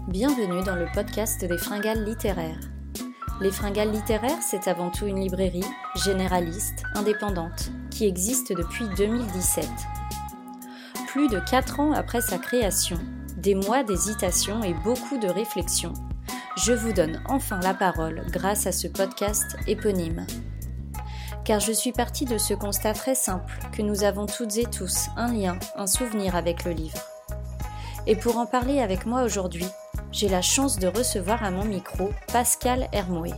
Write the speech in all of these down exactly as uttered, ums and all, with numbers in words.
Bienvenue dans le podcast des Fringales littéraires. Les Fringales littéraires, c'est avant tout une librairie généraliste, indépendante, qui existe depuis deux mille dix-sept. Plus de quatre ans après sa création, des mois d'hésitation et beaucoup de réflexion, je vous donne enfin la parole grâce à ce podcast éponyme. Car je suis partie de ce constat très simple que nous avons toutes et tous un lien, un souvenir avec le livre. Et pour en parler avec moi aujourd'hui, j'ai la chance de recevoir à mon micro Pascal Hermoué.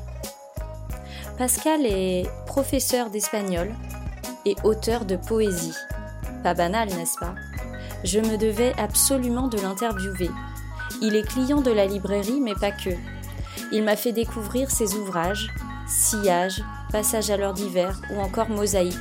Pascal est professeur d'espagnol et auteur de poésie. Pas banal, n'est-ce pas ? Je me devais absolument de l'interviewer. Il est client de la librairie, mais pas que. Il m'a fait découvrir ses ouvrages, Sillage, Passage à l'heure d'hiver ou encore Mosaïque.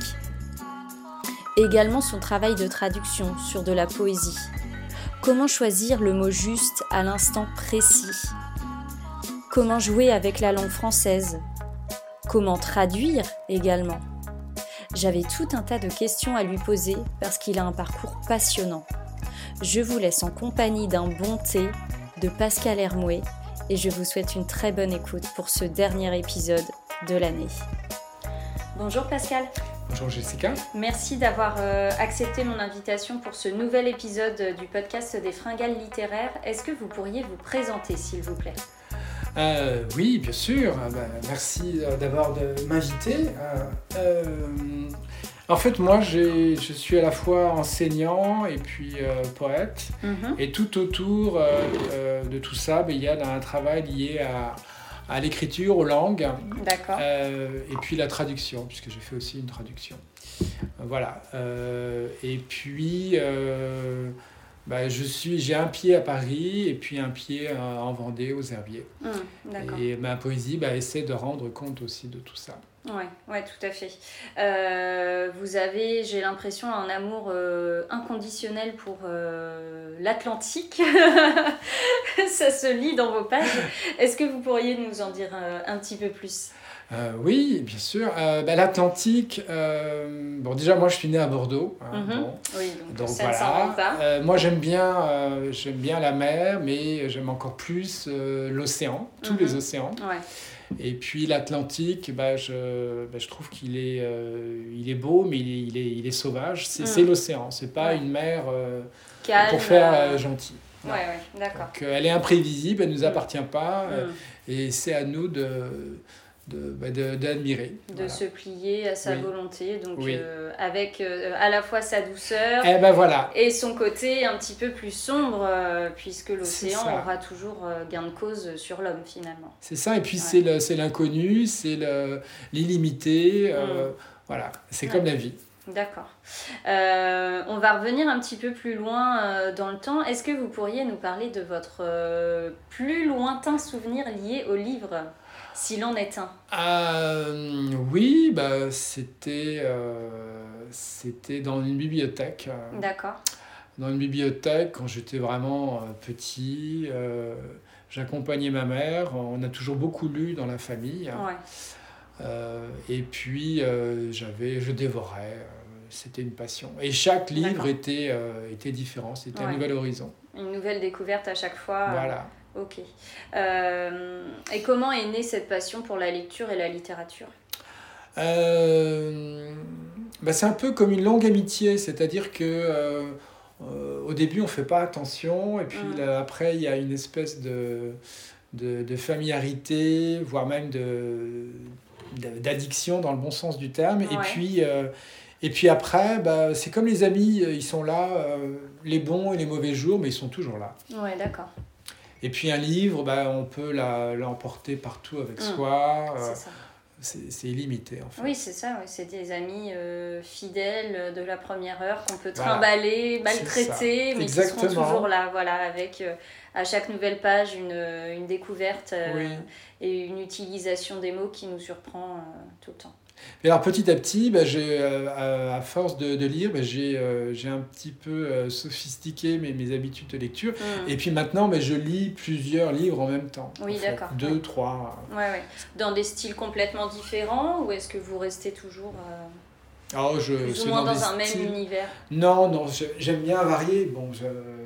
Également son travail de traduction sur de la poésie. Comment choisir le mot juste à l'instant précis ? Comment jouer avec la langue française ? Comment traduire également ? J'avais tout un tas de questions à lui poser parce qu'il a un parcours passionnant. Je vous laisse en compagnie d'un bon thé de Pascal Hermoué et je vous souhaite une très bonne écoute pour ce dernier épisode de l'année. Bonjour Pascal. Bonjour Jessica. Merci d'avoir euh, accepté mon invitation pour ce nouvel épisode du podcast des Fringales littéraires. Est-ce que vous pourriez vous présenter, s'il vous plaît ? euh, Oui, bien sûr. Ben, merci d'abord de m'inviter. Euh, euh, en fait, moi, j'ai, je suis à la fois enseignant et puis euh, poète. Mm-hmm. Et tout autour euh, euh, de tout ça, ben, il y a un travail lié à... à l'écriture, aux langues, euh, et puis la traduction, puisque j'ai fait aussi une traduction. Euh, voilà. Euh, et puis, euh, bah, je suis, j'ai un pied à Paris et puis un pied en Vendée, aux Herbiers. Mmh, et ma poésie bah, essaie de rendre compte aussi de tout ça. Oui, ouais, tout à fait. Euh, vous avez, j'ai l'impression, un amour euh, inconditionnel pour euh, l'Atlantique. Ça se lit dans vos pages. Est-ce que vous pourriez nous en dire euh, un petit peu plus ? Euh, oui, bien sûr. Euh, bah, L'Atlantique, euh, bon, déjà, moi, je suis né à Bordeaux. Hein, mm-hmm. bon. Oui, donc, donc ça voilà. ne s'invente pas. Euh, moi, j'aime bien, euh, j'aime bien la mer, mais j'aime encore plus euh, l'océan, tous mm-hmm. les océans. Ouais. Et puis l'Atlantique, bah, je, bah, je trouve qu'il est, euh, il est beau, mais il est, il est, il est sauvage. C'est, mm. c'est l'océan, c'est pas ouais. une mer euh, calme, pour faire euh, gentil. Ouais, ouais, d'accord. Donc, euh, elle est imprévisible, elle ne nous appartient pas, mm. euh, et c'est à nous de, de, bah, de, d'admirer. De voilà. se plier à sa oui. volonté, donc oui. euh, avec euh, à la fois sa douceur eh ben voilà. et son côté un petit peu plus sombre, euh, puisque l'océan aura toujours euh, gain de cause sur l'homme finalement. C'est ça, et puis ouais. c'est, le, c'est l'inconnu, c'est le, l'illimité, euh, mm. voilà, c'est ouais. comme la vie. D'accord. Euh, on va revenir un petit peu plus loin euh, dans le temps. Est-ce que vous pourriez nous parler de votre euh, plus lointain souvenir lié au livre ? S'il en est un. Euh, oui, bah, c'était, euh, c'était dans une bibliothèque. Euh, D'accord. Dans une bibliothèque, quand j'étais vraiment euh, petit, euh, j'accompagnais ma mère. On a toujours beaucoup lu dans la famille. Ouais. Euh, et puis, euh, j'avais, je dévorais. Euh, c'était une passion. Et chaque livre était, euh, était différent. C'était ouais. un nouvel horizon. Une nouvelle découverte à chaque fois. Voilà. Ok. Euh, et comment est née cette passion pour la lecture et la littérature ? euh, bah C'est un peu comme une longue amitié, c'est-à-dire que euh, euh, au début on ne fait pas attention, et puis mmh. là, après il y a une espèce de, de, de familiarité, voire même de, de, d'addiction dans le bon sens du terme, ouais. et puis... Euh, Et puis après, bah, c'est comme les amis, ils sont là, euh, les bons et les mauvais jours, mais ils sont toujours là. Ouais, d'accord. Et puis un livre, bah, on peut la, l'emporter partout avec mmh. soi. Euh, c'est ça. C'est, c'est illimité, en fait. Oui, c'est ça. Oui. C'est des amis euh, fidèles de la première heure qu'on peut trimballer, voilà. maltraiter, mais Exactement. qui seront toujours là, voilà, avec euh, à chaque nouvelle page une, une découverte euh, oui. et une utilisation des mots qui nous surprend euh, tout le temps. Et alors petit à petit, bah, j'ai, euh, à force de, de lire, bah, j'ai, euh, j'ai un petit peu euh, sophistiqué mes, mes habitudes de lecture. Mmh. Et puis maintenant, bah, je lis plusieurs livres en même temps. Oui, en fait. d'accord. Deux, ouais. trois. Ouais, ouais. Dans des styles complètement différents, ou est-ce que vous restez toujours euh, oh, je, plus ou moins dans, dans un styles... même univers ? Non, non, je, j'aime bien varier. Bon, je...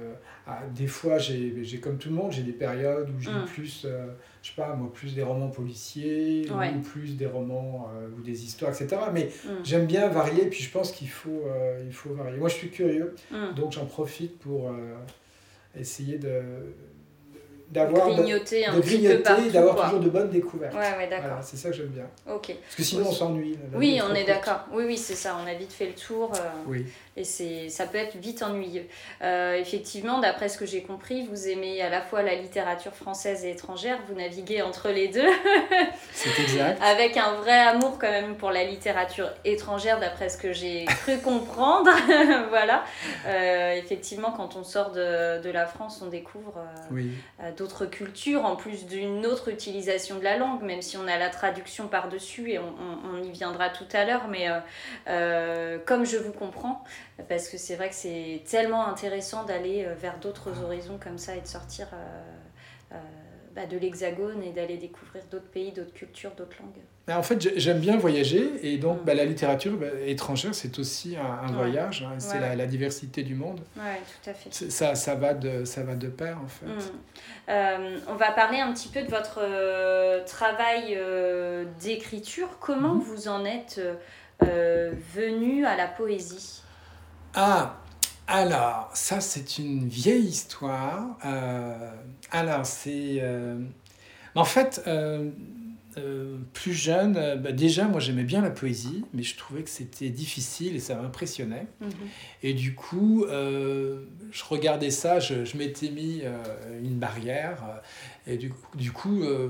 ah, des fois, j'ai, j'ai comme tout le monde, j'ai des périodes où j'ai Mm. plus, euh, je sais pas, moi, plus des romans policiers, Ouais. ou plus des romans euh, ou des histoires, et cetera. Mais Mm. j'aime bien varier, puis je pense qu'il faut, euh, il faut varier. Moi, je suis curieux, Mm. donc j'en profite pour euh, essayer de, d'avoir de, Grignoter un de petit peu grignoter, partout, d'avoir quoi. toujours de bonnes découvertes. Ouais, ouais, d'accord. Voilà, c'est ça que j'aime bien. Ok. Parce que sinon, on s'ennuie. La vie Oui, trop on est courte. d'accord. Oui, oui, c'est ça. On a vite fait le tour. euh, Oui. Et c'est, ça peut être vite ennuyeux. Euh, effectivement, d'après ce que j'ai compris, vous aimez à la fois la littérature française et étrangère, vous naviguez entre les deux, C'est exact. avec un vrai amour quand même pour la littérature étrangère, d'après ce que j'ai cru comprendre. Voilà. Euh, effectivement, quand on sort de, de la France, on découvre euh, Oui. euh, d'autres cultures, en plus d'une autre utilisation de la langue, même si on a la traduction par-dessus, et on, on, on y viendra tout à l'heure, mais euh, euh, comme je vous comprends, parce que c'est vrai que c'est tellement intéressant d'aller vers d'autres horizons comme ça et de sortir euh, euh, bah, de l'hexagone et d'aller découvrir d'autres pays, d'autres cultures, d'autres langues. Mais en fait, j'ai- j'aime bien voyager et donc Mm. bah, la littérature bah, étrangère, c'est aussi un, un Ouais. voyage, hein, c'est Ouais, la, ouais. la diversité du monde. Ouais, tout à fait. C'est- Ça, ça, va de, ça va de pair en fait. Mm. Euh, on va parler un petit peu de votre euh, travail euh, d'écriture. Comment Mhm. vous en êtes euh, venu à la poésie ? Ah, alors, ça c'est une vieille histoire. Euh, alors, c'est... euh, En fait, euh, euh, plus jeune, euh, bah, déjà, moi j'aimais bien la poésie, mais je trouvais que c'était difficile et ça m'impressionnait. Mhm. Et du coup, euh, je regardais ça, je, je m'étais mis euh, une barrière. euh, Et du, coup- du coup, euh,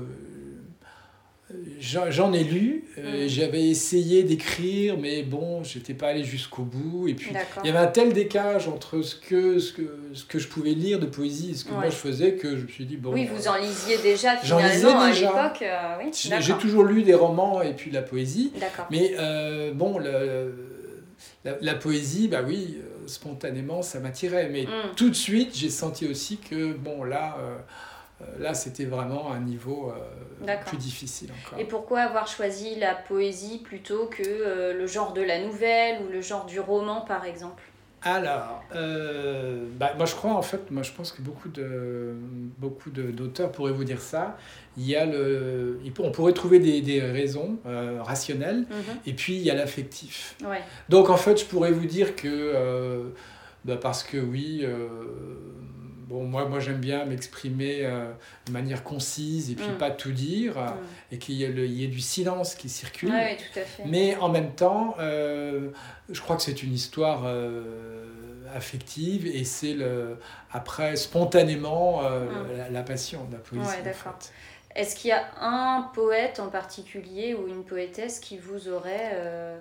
j'en, j'en ai lu. euh, Mm. J'avais essayé d'écrire, mais bon, j'étais pas allé jusqu'au bout. Et puis, D'accord. il y avait un tel décalage entre ce que, ce que, ce que je pouvais lire de poésie et ce que Ouais. moi je faisais que je me suis dit, bon... Oui, vous en euh, lisiez déjà J'en lisais finalement déjà. à l'époque. euh, oui, j'ai, d'accord. j'ai toujours lu des romans et puis de la poésie. D'accord. Mais euh, bon, le, la, la poésie, bah oui, euh, spontanément, ça m'attirait. Mais Mm. tout de suite, j'ai senti aussi que, bon, là, euh, euh, là c'était vraiment un niveau euh, D'accord. plus difficile encore. Et pourquoi avoir choisi la poésie plutôt que euh, le genre de la nouvelle ou le genre du roman, par exemple ? Alors, euh, bah, moi je crois en fait, moi je pense que beaucoup, de, beaucoup de, d'auteurs pourraient vous dire ça. Il y a le, il peut- on pourrait trouver des, des raisons euh, rationnelles, Mhm. et puis il y a l'affectif. Ouais. Donc en fait, je pourrais vous dire que, euh, bah, parce que oui, euh, bon, moi, moi j'aime bien m'exprimer euh, de manière concise et puis Mm. pas tout dire, euh, Mm. et qu'il y ait, le- il y ait du silence qui circule. Ouais, ouais, tout à fait. Mais en même temps, euh, je crois que c'est une histoire euh, affective et c'est le, après spontanément euh, Mm. la, la passion de la poésie. Ouais, en d'accord. fait. Est-ce qu'il y a un poète en particulier ou une poétesse qui vous aurait euh,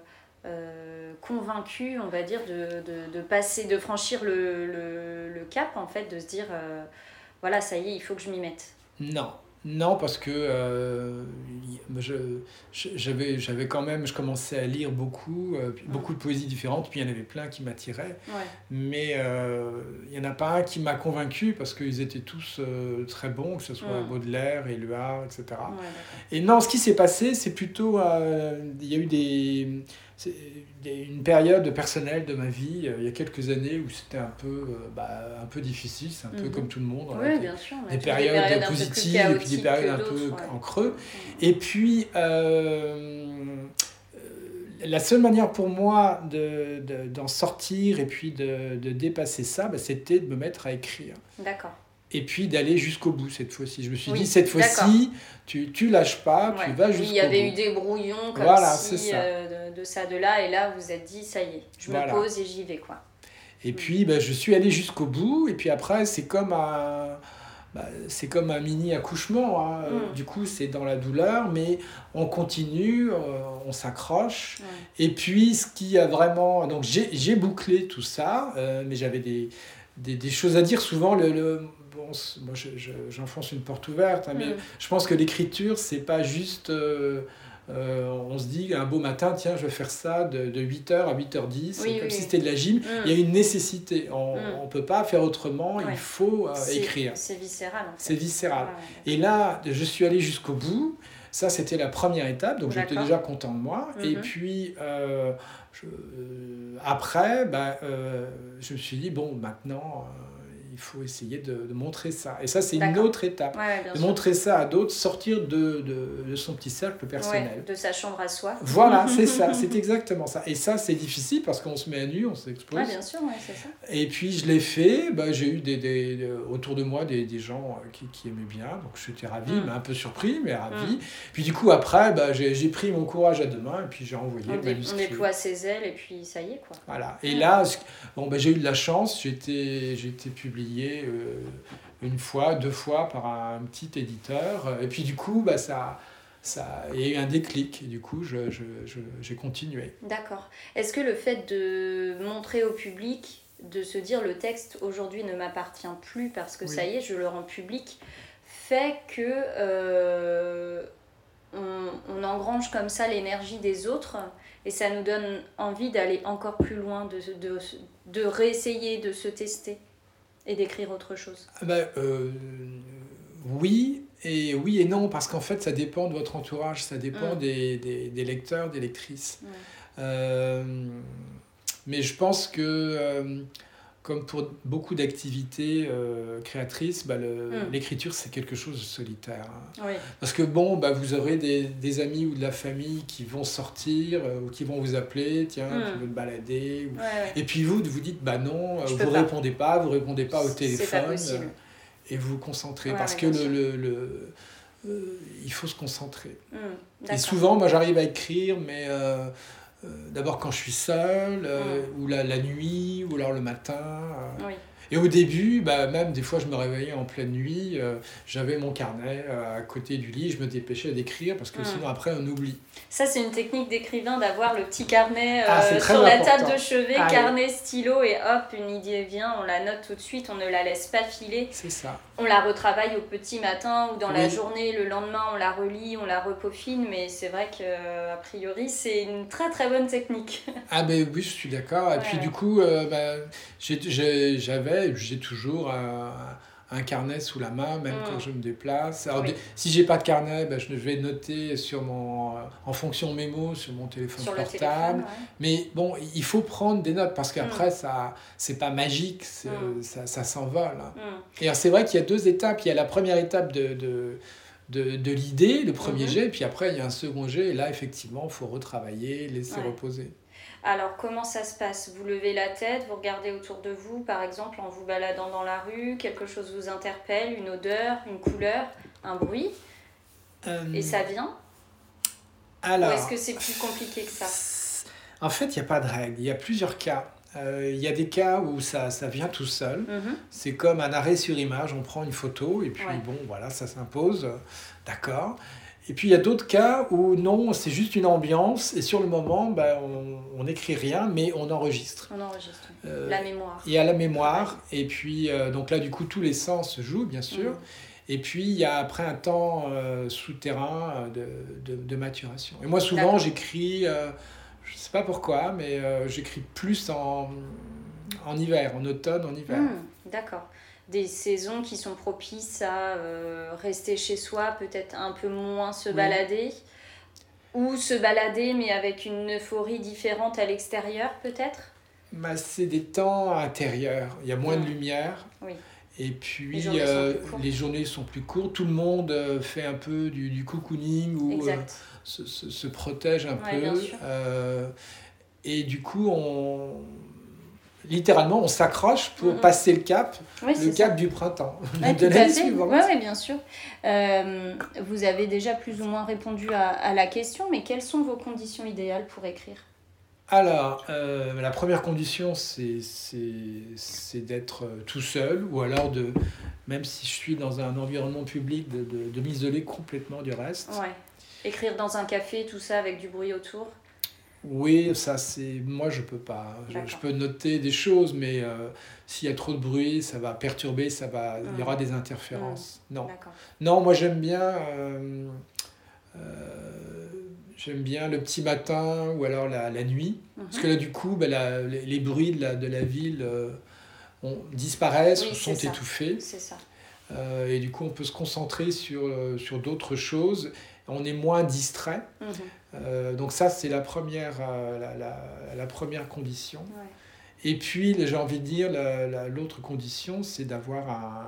euh, convaincu, on va dire, de, de, de passer, de franchir le, le, le cap, en fait, de se dire, euh, voilà, ça y est, il faut que je m'y mette. Non, non parce que euh, y- je, je- j'avais, j'avais quand même, je commençais à lire beaucoup, euh, puis Mm. beaucoup de poésies différentes, puis il y en avait plein qui m'attiraient. Ouais. Mais euh, il n'y en a pas un qui m'a convaincu parce qu'ils étaient tous euh, très bons, que ce soit Mm. Baudelaire, Éluard, et cetera. Ouais, d'accord. Et non, ce qui s'est passé, c'est plutôt... euh, il y a eu des, c'est- des- une période personnelle de ma vie, euh, il y a quelques années, où c'était un peu, euh, bah, un peu difficile, c'est un peu Mhm. comme tout le monde. on a Oui, des, bien sûr. on a des tous périodes, un peu plus positives et puis des chaotiques périodes que un peu d'autres, ouais. en creux. Mm. Et puis, euh, euh, la seule manière pour moi de, de- d'en sortir et puis de, de dépasser ça, bah, c'était de me mettre à écrire. D'accord. Et puis d'aller jusqu'au bout cette fois-ci. Je me suis Oui, dit, cette fois-ci, tu, tu lâches pas, Ouais. tu vas Oui, jusqu'au bout. il y avait eu des brouillons comme Voilà, si, c'est ça. euh, de, de ça, de là, et là, vous vous êtes dit, ça y est, je me Voilà. pose et j'y vais, quoi. Et puis, bah, je suis allé jusqu'au bout. Et puis après, c'est comme un, bah, c'est comme un mini accouchement. Hein. Mm. Du coup, c'est dans la douleur, mais on continue, euh, on s'accroche. Ouais. Et puis, ce qui a vraiment... Donc, j'ai, j'ai bouclé tout ça, euh, mais j'avais des, des, des choses à dire. Souvent, le... le bon, c'est- moi, je, je- j'enfonce une porte ouverte, hein, mais Mm. je pense que l'écriture, c'est pas juste... euh, euh, on se dit un beau matin, tiens, je vais faire ça de, de huit heures à huit heures dix, Oui, comme oui, si oui. c'était de la gym. Mm. Il y a une nécessité. On Mm. ne peut pas faire autrement, Ouais. il faut euh, C'est- écrire. C'est viscéral, en fait. C'est viscéral. Ouais, ouais. Et là, je suis allé jusqu'au bout. Ça, c'était la première étape, donc j'étais D'accord. déjà content de moi. Mhm. Et puis, euh, je- euh, après, bah, euh, je me suis dit, bon, maintenant, euh, il faut essayer de, de montrer ça. Et ça, c'est D'accord. une autre étape. Ouais, bien de sûr. montrer ça à d'autres, sortir de, de, de son petit cercle personnel. Ouais, de sa chambre à soi. Voilà, c'est ça, c'est exactement ça. Et ça, c'est difficile parce qu'on se met à nu, on s'expose. Ouais, bien sûr, ouais, c'est ça. Et puis, je l'ai fait. Bah, j'ai eu des, des, des- autour de moi des, des gens qui, qui aimaient bien. Donc, j'étais ravi, Mm. mais un peu surpris, mais ravi. Mm. Puis, du coup, après, bah, j'ai, j'ai pris mon courage à deux mains et puis j'ai envoyé On, le dé- on manuscrit. déploie ses ailes et puis ça y est, quoi. Voilà. Et Mm. là, ce- bon, bah, j'ai eu de la chance. J'ai été, j'ai été publié euh, une fois, deux fois par un petit éditeur. Et puis, du coup, bah, ça, ça, il y a eu un déclic. Et du coup, je, je, je- j'ai continué. D'accord. Est-ce que le fait de montrer au public, de se dire le texte aujourd'hui ne m'appartient plus parce que Oui. ça y est, je le rends public, fait que euh, on, on engrange comme ça l'énergie des autres et ça nous donne envie d'aller encore plus loin, de, de, de réessayer, de se tester et d'écrire autre chose? Ah bah, euh, oui, et oui et non, parce qu'en fait, ça dépend de votre entourage, ça dépend Mm. des, des, des lecteurs, des lectrices. Ouais. Euh, mais je pense que, euh, comme pour beaucoup d'activités euh, créatrices, bah, le- Mm. l'écriture, c'est quelque chose de solitaire, hein. Oui. Parce que bon, bah, vous aurez des, des amis ou de la famille qui vont sortir, euh, ou qui vont vous appeler, tiens, Mm. tu veux te balader, ou- Ouais, ouais. et puis vous, vous dites, bah non, euh, Je vous peux pas. répondez pas, vous répondez pas au C'est téléphone. pas possible. euh, Et vous vous concentrez. Ouais, parce ouais, que bien le, sûr. le, le- euh, il faut se concentrer. Mm. Et D'accord. souvent, moi, j'arrive à écrire, mais euh, euh, d'abord quand je suis seul, euh, Mm. ou la, la nuit, ou alors le matin. euh. Oui. Et au début, bah, même des fois, je me réveillais en pleine nuit, euh, j'avais mon carnet euh, à côté du lit, je me dépêchais d'écrire, parce que Mm. sinon, après, on oublie. Ça, c'est une technique d'écrivain d'avoir le petit carnet euh, Ah, c'est très sur la important. table de chevet, Ah, oui. carnet, stylo, et hop, une idée vient, on la note tout de suite, on ne la laisse pas filer. C'est ça. On la retravaille au petit matin ou dans la Oui. journée, le lendemain, on la relit, on la repeaufine, mais c'est vrai qu'a priori, c'est une très très bonne technique. Ah ben oui, je suis d'accord. Et Ouais, puis ouais. du coup, euh, bah, j'ai- j'ai- j'avais, et j'ai toujours un, un carnet sous la main, même Mm. quand je me déplace. Alors, Oui. des- si j'ai pas de carnet, bah, je vais noter sur mon, euh, en fonction mémo sur mon téléphone Sur le portable. téléphone, ouais. Mais bon, il faut prendre des notes parce qu'après, Mm. ça, c'est pas magique, c'est- Mm. ça, ça s'envole, hein. Mm. Et alors, c'est vrai qu'il y a deux étapes. Il y a la première étape de, de, de, de l'idée, le premier Mhm. jet, puis après, il y a un second jet. Et là, effectivement, il faut retravailler, laisser Ouais. reposer. Alors, comment ça se passe? Vous levez la tête, vous regardez autour de vous, par exemple, en vous baladant dans la rue, quelque chose vous interpelle, une odeur, une couleur, un bruit, Euh, et ça vient? alors, Ou est-ce que c'est plus compliqué que ça? En fait, il n'y a pas de règle. Il y a plusieurs cas. Euh, Il y a des cas où ça, ça vient tout seul. Mhm. C'est comme un arrêt sur image. On prend une photo et puis Ouais. bon, voilà, ça s'impose. D'accord. Et puis il y a d'autres cas où non, c'est juste une ambiance et sur le moment, ben, on n'écrit rien, mais on enregistre. On enregistre. Euh, La mémoire. Il y a la mémoire et puis euh, donc là, du coup, tous les sens se jouent, bien sûr. Mhm. Et puis, il y a après un temps euh, souterrain euh, de, de, de maturation. Et moi, souvent, D'accord. j'écris, euh, je ne sais pas pourquoi, mais euh, j'écris plus en, en hiver, en automne, en hiver. Hmm, d'accord. Des saisons qui sont propices à euh, rester chez soi, peut-être un peu moins se Oui. balader. Ou se balader, mais avec une euphorie différente à l'extérieur, peut-être? Bah, c'est des temps intérieurs. Il y a moins Mm. de lumière. Oui. Et puis, Les journées sont euh, plus courtes. les journées sont plus courtes. Tout le monde euh, fait un peu du, du cocooning ou euh, Exact. se, se, se protège un Ouais, bien peu. sûr. Euh, et du coup, on, littéralement, on s'accroche pour Mhm. passer le cap, Oui, le c'est cap ça. du printemps, Ouais, de tout à l'année fait. suivante. Ouais, ouais, bien sûr. Euh, vous avez déjà plus ou moins répondu à, à la question, mais quelles sont vos conditions idéales pour écrire? Alors, euh, la première condition, c'est, c'est, c'est d'être euh, tout seul, ou alors, de, même si je suis dans un environnement public, de, de, de m'isoler complètement du reste. Ouais. Écrire dans un café, tout ça, avec du bruit autour? Oui, ça c'est. Moi je peux pas. Je, D'accord. je peux noter des choses, mais euh, s'il y a trop de bruit, ça va perturber, ça va. Il y aura des interférences. Non. D'accord. Non, moi j'aime bien. euh, euh, j'aime bien le petit matin ou alors la, la nuit. Mhm. Parce que là, du coup, ben, la- les, les bruits de la, de la ville euh, on, disparaissent Oui, ou c'est sont ça. étouffés. C'est ça. Euh, et du coup, on peut se concentrer sur, euh, sur d'autres choses. On est moins distrait. Mhm. Euh, donc ça, c'est la première, euh, la, la, la première condition. Ouais. Et puis, j'ai envie de dire, la, la, l'autre condition, c'est d'avoir un,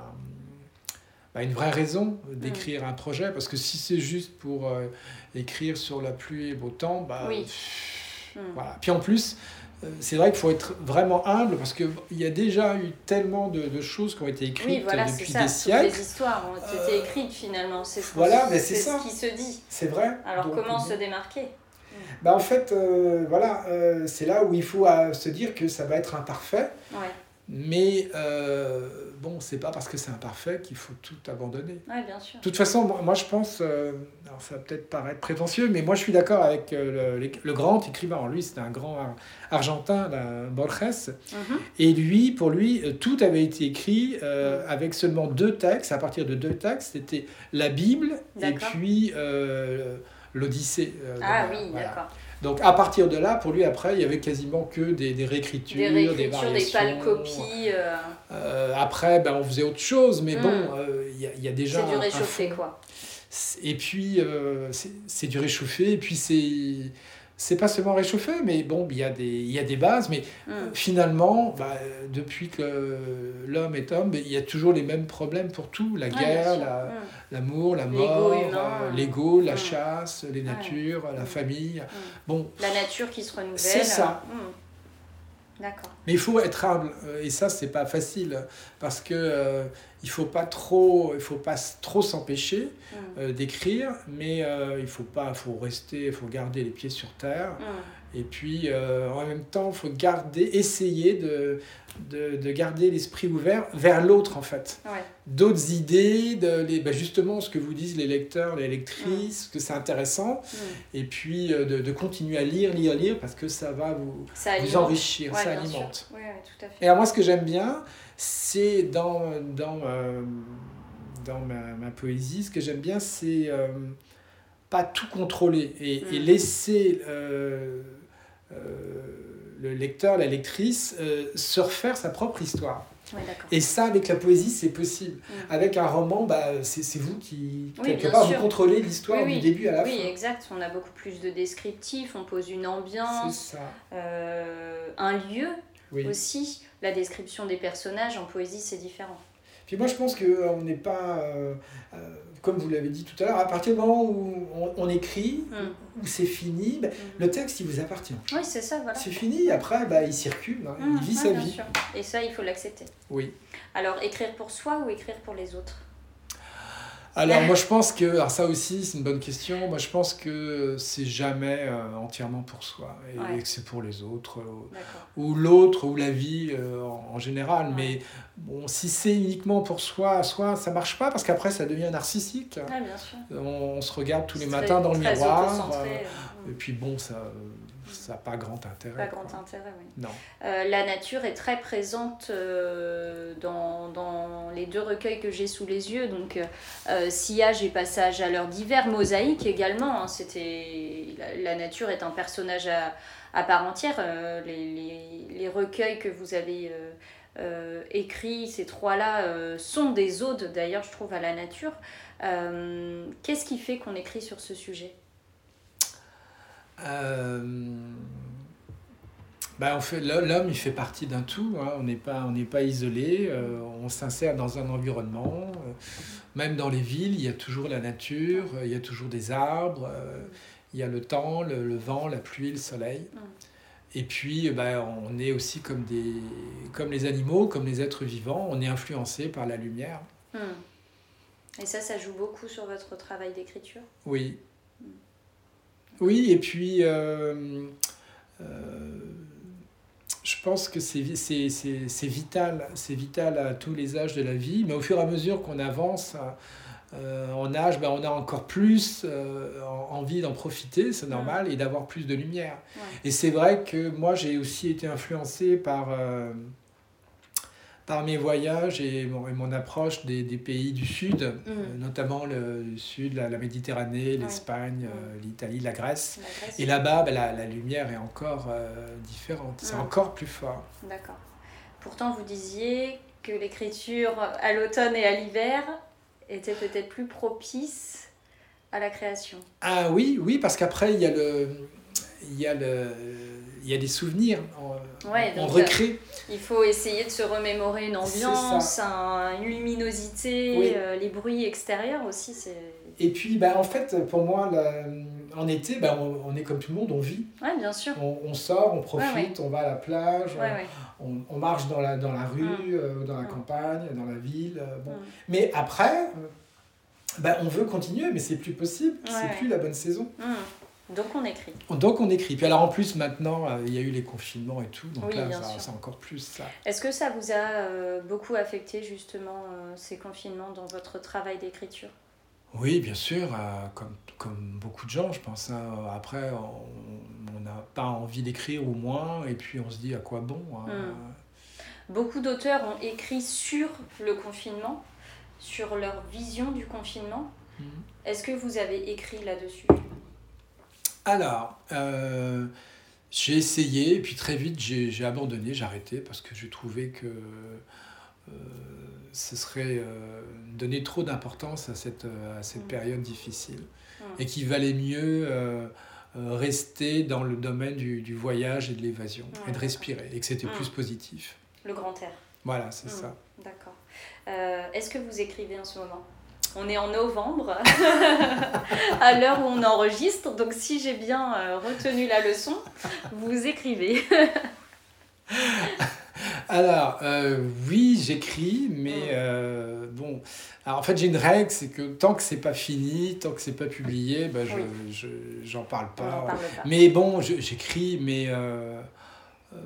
bah, une vraie raison d'écrire mmh. un projet. Parce que si c'est juste pour euh, écrire sur la pluie et beau temps, bah, oui. pff, mmh. voilà. Puis en plus, euh, c'est vrai qu'il faut être vraiment humble parce qu'il y a déjà eu tellement de, de choses qui ont été écrites oui, voilà, depuis c'est ça. des siècles. Toutes les histoires ont été euh, écrites finalement. C'est ce, voilà, mais c'est c'est ça. ce qui se dit. C'est vrai. Alors Donc, comment bon. se démarquer? Bah en fait, euh, voilà, euh, c'est là où il faut euh, se dire que ça va être imparfait. Ouais. Mais euh, bon, c'est pas parce que c'est imparfait qu'il faut tout abandonner. Oui, bien sûr. De toute façon, moi, moi je pense, euh, alors ça va peut-être paraître prétentieux, mais moi je suis d'accord avec euh, le, le grand écrivain. Alors lui, c'était un grand argentin, là, Borges. Mm-hmm. Et lui, pour lui, tout avait été écrit euh, mm. avec seulement deux textes. À partir de deux textes, c'était la Bible d'accord. et puis euh, l'Odyssée. Euh, ah de, oui, voilà. d'accord. Donc à partir de là, pour lui, après, il y avait quasiment que des, des réécritures, des, réécritures, des variations. Des pâles copies. Euh... Euh, après, ben, on faisait autre chose, mais mmh. bon, il euh, y, y a déjà c'est du réchauffé, quoi. Et puis, euh, c'est, c'est du réchauffé, et puis c'est... C'est pas seulement réchauffé, mais bon, il y a des, il y a des bases, mais mmh. euh, finalement, bah, depuis que l'homme est homme, il y a toujours les mêmes problèmes pour tout. La guerre, ouais, la, mmh. l'amour, la mort, l'ego, humain, euh, l'ego la mmh. chasse, les natures, ouais. la mmh. famille. Mmh. Bon, la nature qui se renouvelle. C'est ça. Mmh. D'accord. Mais il faut être humble, et ça, c'est pas facile, parce que euh, il faut pas trop, il faut pas trop s'empêcher mmh. euh, d'écrire, mais euh, il faut pas, faut rester, il faut garder les pieds sur terre, mmh. et puis euh, en même temps, il faut garder, essayer de, de, de garder l'esprit ouvert vers l'autre en fait, ouais. d'autres idées, de, les, ben justement ce que vous disent les lecteurs, les lectrices, mmh. que c'est intéressant, mmh. et puis euh, de, de continuer à lire, lire, lire, parce que ça va vous, ça vous enrichir, ouais, ça alimente. Oui, oui, tout à fait. Et alors moi, ce que j'aime bien, c'est dans, dans, euh, dans ma, ma poésie, ce que j'aime bien, c'est euh, pas tout contrôler et, mmh. et laisser euh, euh, le lecteur, la lectrice, euh, se refaire sa propre histoire. Ouais, et ça, avec la poésie, c'est possible. Mmh. Avec un roman, bah, c'est, c'est vous qui, oui, quelque part, vous contrôlez l'histoire oui, du début à la oui, fin. Oui, exact. On a beaucoup plus de descriptifs, on pose une ambiance, c'est ça. Euh, un lieu oui. aussi. La description des personnages en poésie, c'est différent. Puis moi, je pense qu'on n'est pas, euh, euh, comme vous l'avez dit tout à l'heure, à partir du moment où on, on écrit, mm. où c'est fini, bah, mm. le texte, il vous appartient. Oui, c'est ça, voilà. C'est fini, après, bah, il circule, hein, mm. il vit ouais, sa bien vie. Sûr. Et ça, il faut l'accepter. Oui. Alors, écrire pour soi ou écrire pour les autres ? Alors moi je pense que, alors ça aussi c'est une bonne question, moi je pense que c'est jamais euh, entièrement pour soi et, ouais. et que c'est pour les autres euh, ou l'autre ou la vie euh, en, en général, ouais. mais bon, si c'est uniquement pour soi, soi ça marche pas parce qu'après ça devient narcissique. Ouais, bien sûr. On, on se regarde tous les matins très, dans le miroir euh, et puis bon ça... ça n'a pas grand intérêt. Pas grand intérêt, oui. Non. Euh, la nature est très présente euh, dans, dans les deux recueils que j'ai sous les yeux. Donc, euh, Sillage et Passage à l'heure d'hiver, Mosaïque également. Hein, c'était, la, la nature est un personnage à, à part entière. Euh, les, les, les recueils que vous avez euh, euh, écrits, ces trois-là, euh, sont des odes, d'ailleurs, je trouve, à la nature. Euh, qu'est-ce qui fait qu'on écrit sur ce sujet ? Euh, ben on fait, l'homme il fait partie d'un tout, hein, on n'est pas, on n'est pas isolé, euh, on s'insère dans un environnement, euh, même dans les villes il y a toujours la nature, il y a toujours des arbres, euh, il y a le temps, le, le vent, la pluie, le soleil. Et puis ben, on est aussi comme, des, comme les animaux, comme les êtres vivants, on est influencé par la lumière. Et ça, ça joue beaucoup sur votre travail d'écriture ? Oui. Oui, et puis euh, euh, je pense que c'est, c'est, c'est, c'est vital, c'est vital à tous les âges de la vie, mais au fur et à mesure qu'on avance euh, en âge, ben on a encore plus euh, envie d'en profiter, c'est normal, ouais. et d'avoir plus de lumière. Ouais. Et c'est vrai que moi j'ai aussi été influencé par... Euh, par mes voyages et mon, et mon approche des, des pays du Sud, mmh. euh, notamment le, le Sud, la, la Méditerranée, l'Espagne, oui. euh, l'Italie, la Grèce. La Grèce. Et là-bas, ben, la, la lumière est encore euh, différente, mmh. c'est encore plus fort. D'accord. Pourtant, vous disiez que l'écriture à l'automne et à l'hiver était peut-être plus propice à la création. Ah oui, oui, parce qu'après, il y a le... il y a le, il y a des souvenirs, on, Ouais, on donc, recrée. Il faut essayer de se remémorer une ambiance, un, une luminosité, Oui. euh, les bruits extérieurs aussi. C'est... Et puis, bah, en fait, pour moi, la, en été, bah, on, on est comme tout le monde, on vit. Ouais, bien sûr. On, on sort, on profite, Ouais, ouais. on va à la plage, Ouais, ouais. on, on marche dans la, dans la rue, Mm. euh, dans la Mm. campagne, dans la ville. euh, bon. Mm. Mais après, euh, bah, on veut continuer, mais c'est plus possible, Ouais, c'est ouais. plus la bonne saison. Mm. Donc on écrit. Donc on écrit. Puis alors en plus, maintenant, euh, il y a eu les confinements et tout, donc Oui, là, bien ça, sûr. c'est encore plus ça. Est-ce que ça vous a euh, beaucoup affecté justement euh, ces confinements dans votre travail d'écriture? Oui, bien sûr, euh, comme, comme beaucoup de gens, je pense. Hein. Après, on n'a pas envie d'écrire ou moins, et puis on se dit à quoi bon. Hein. Mm. Beaucoup d'auteurs ont écrit sur le confinement, sur leur vision du confinement. Mm. Est-ce que vous avez écrit là-dessus? Alors, euh, j'ai essayé, et puis très vite, j'ai, j'ai abandonné, j'ai arrêté, parce que je trouvais que euh, ce serait euh, donner trop d'importance à cette, à cette Mm. période difficile, Mm. et qu'il valait mieux euh, euh, rester dans le domaine du, du voyage et de l'évasion, Ouais, et de d'accord. respirer, et que c'était Mm. plus positif. Le grand air. Voilà, c'est Mm. ça. D'accord. Euh, est-ce que vous écrivez en ce moment? On est en novembre, à l'heure où on enregistre, donc si j'ai bien euh, retenu la leçon, vous écrivez. Alors, euh, oui, j'écris, mais Mm. euh, bon. Alors, en fait, j'ai une règle, c'est que tant que c'est pas fini, tant que c'est pas publié, ben, je, Oui. je, j'en parle On n'en pas. parle pas. Mais bon, je- j'écris, mais euh, euh,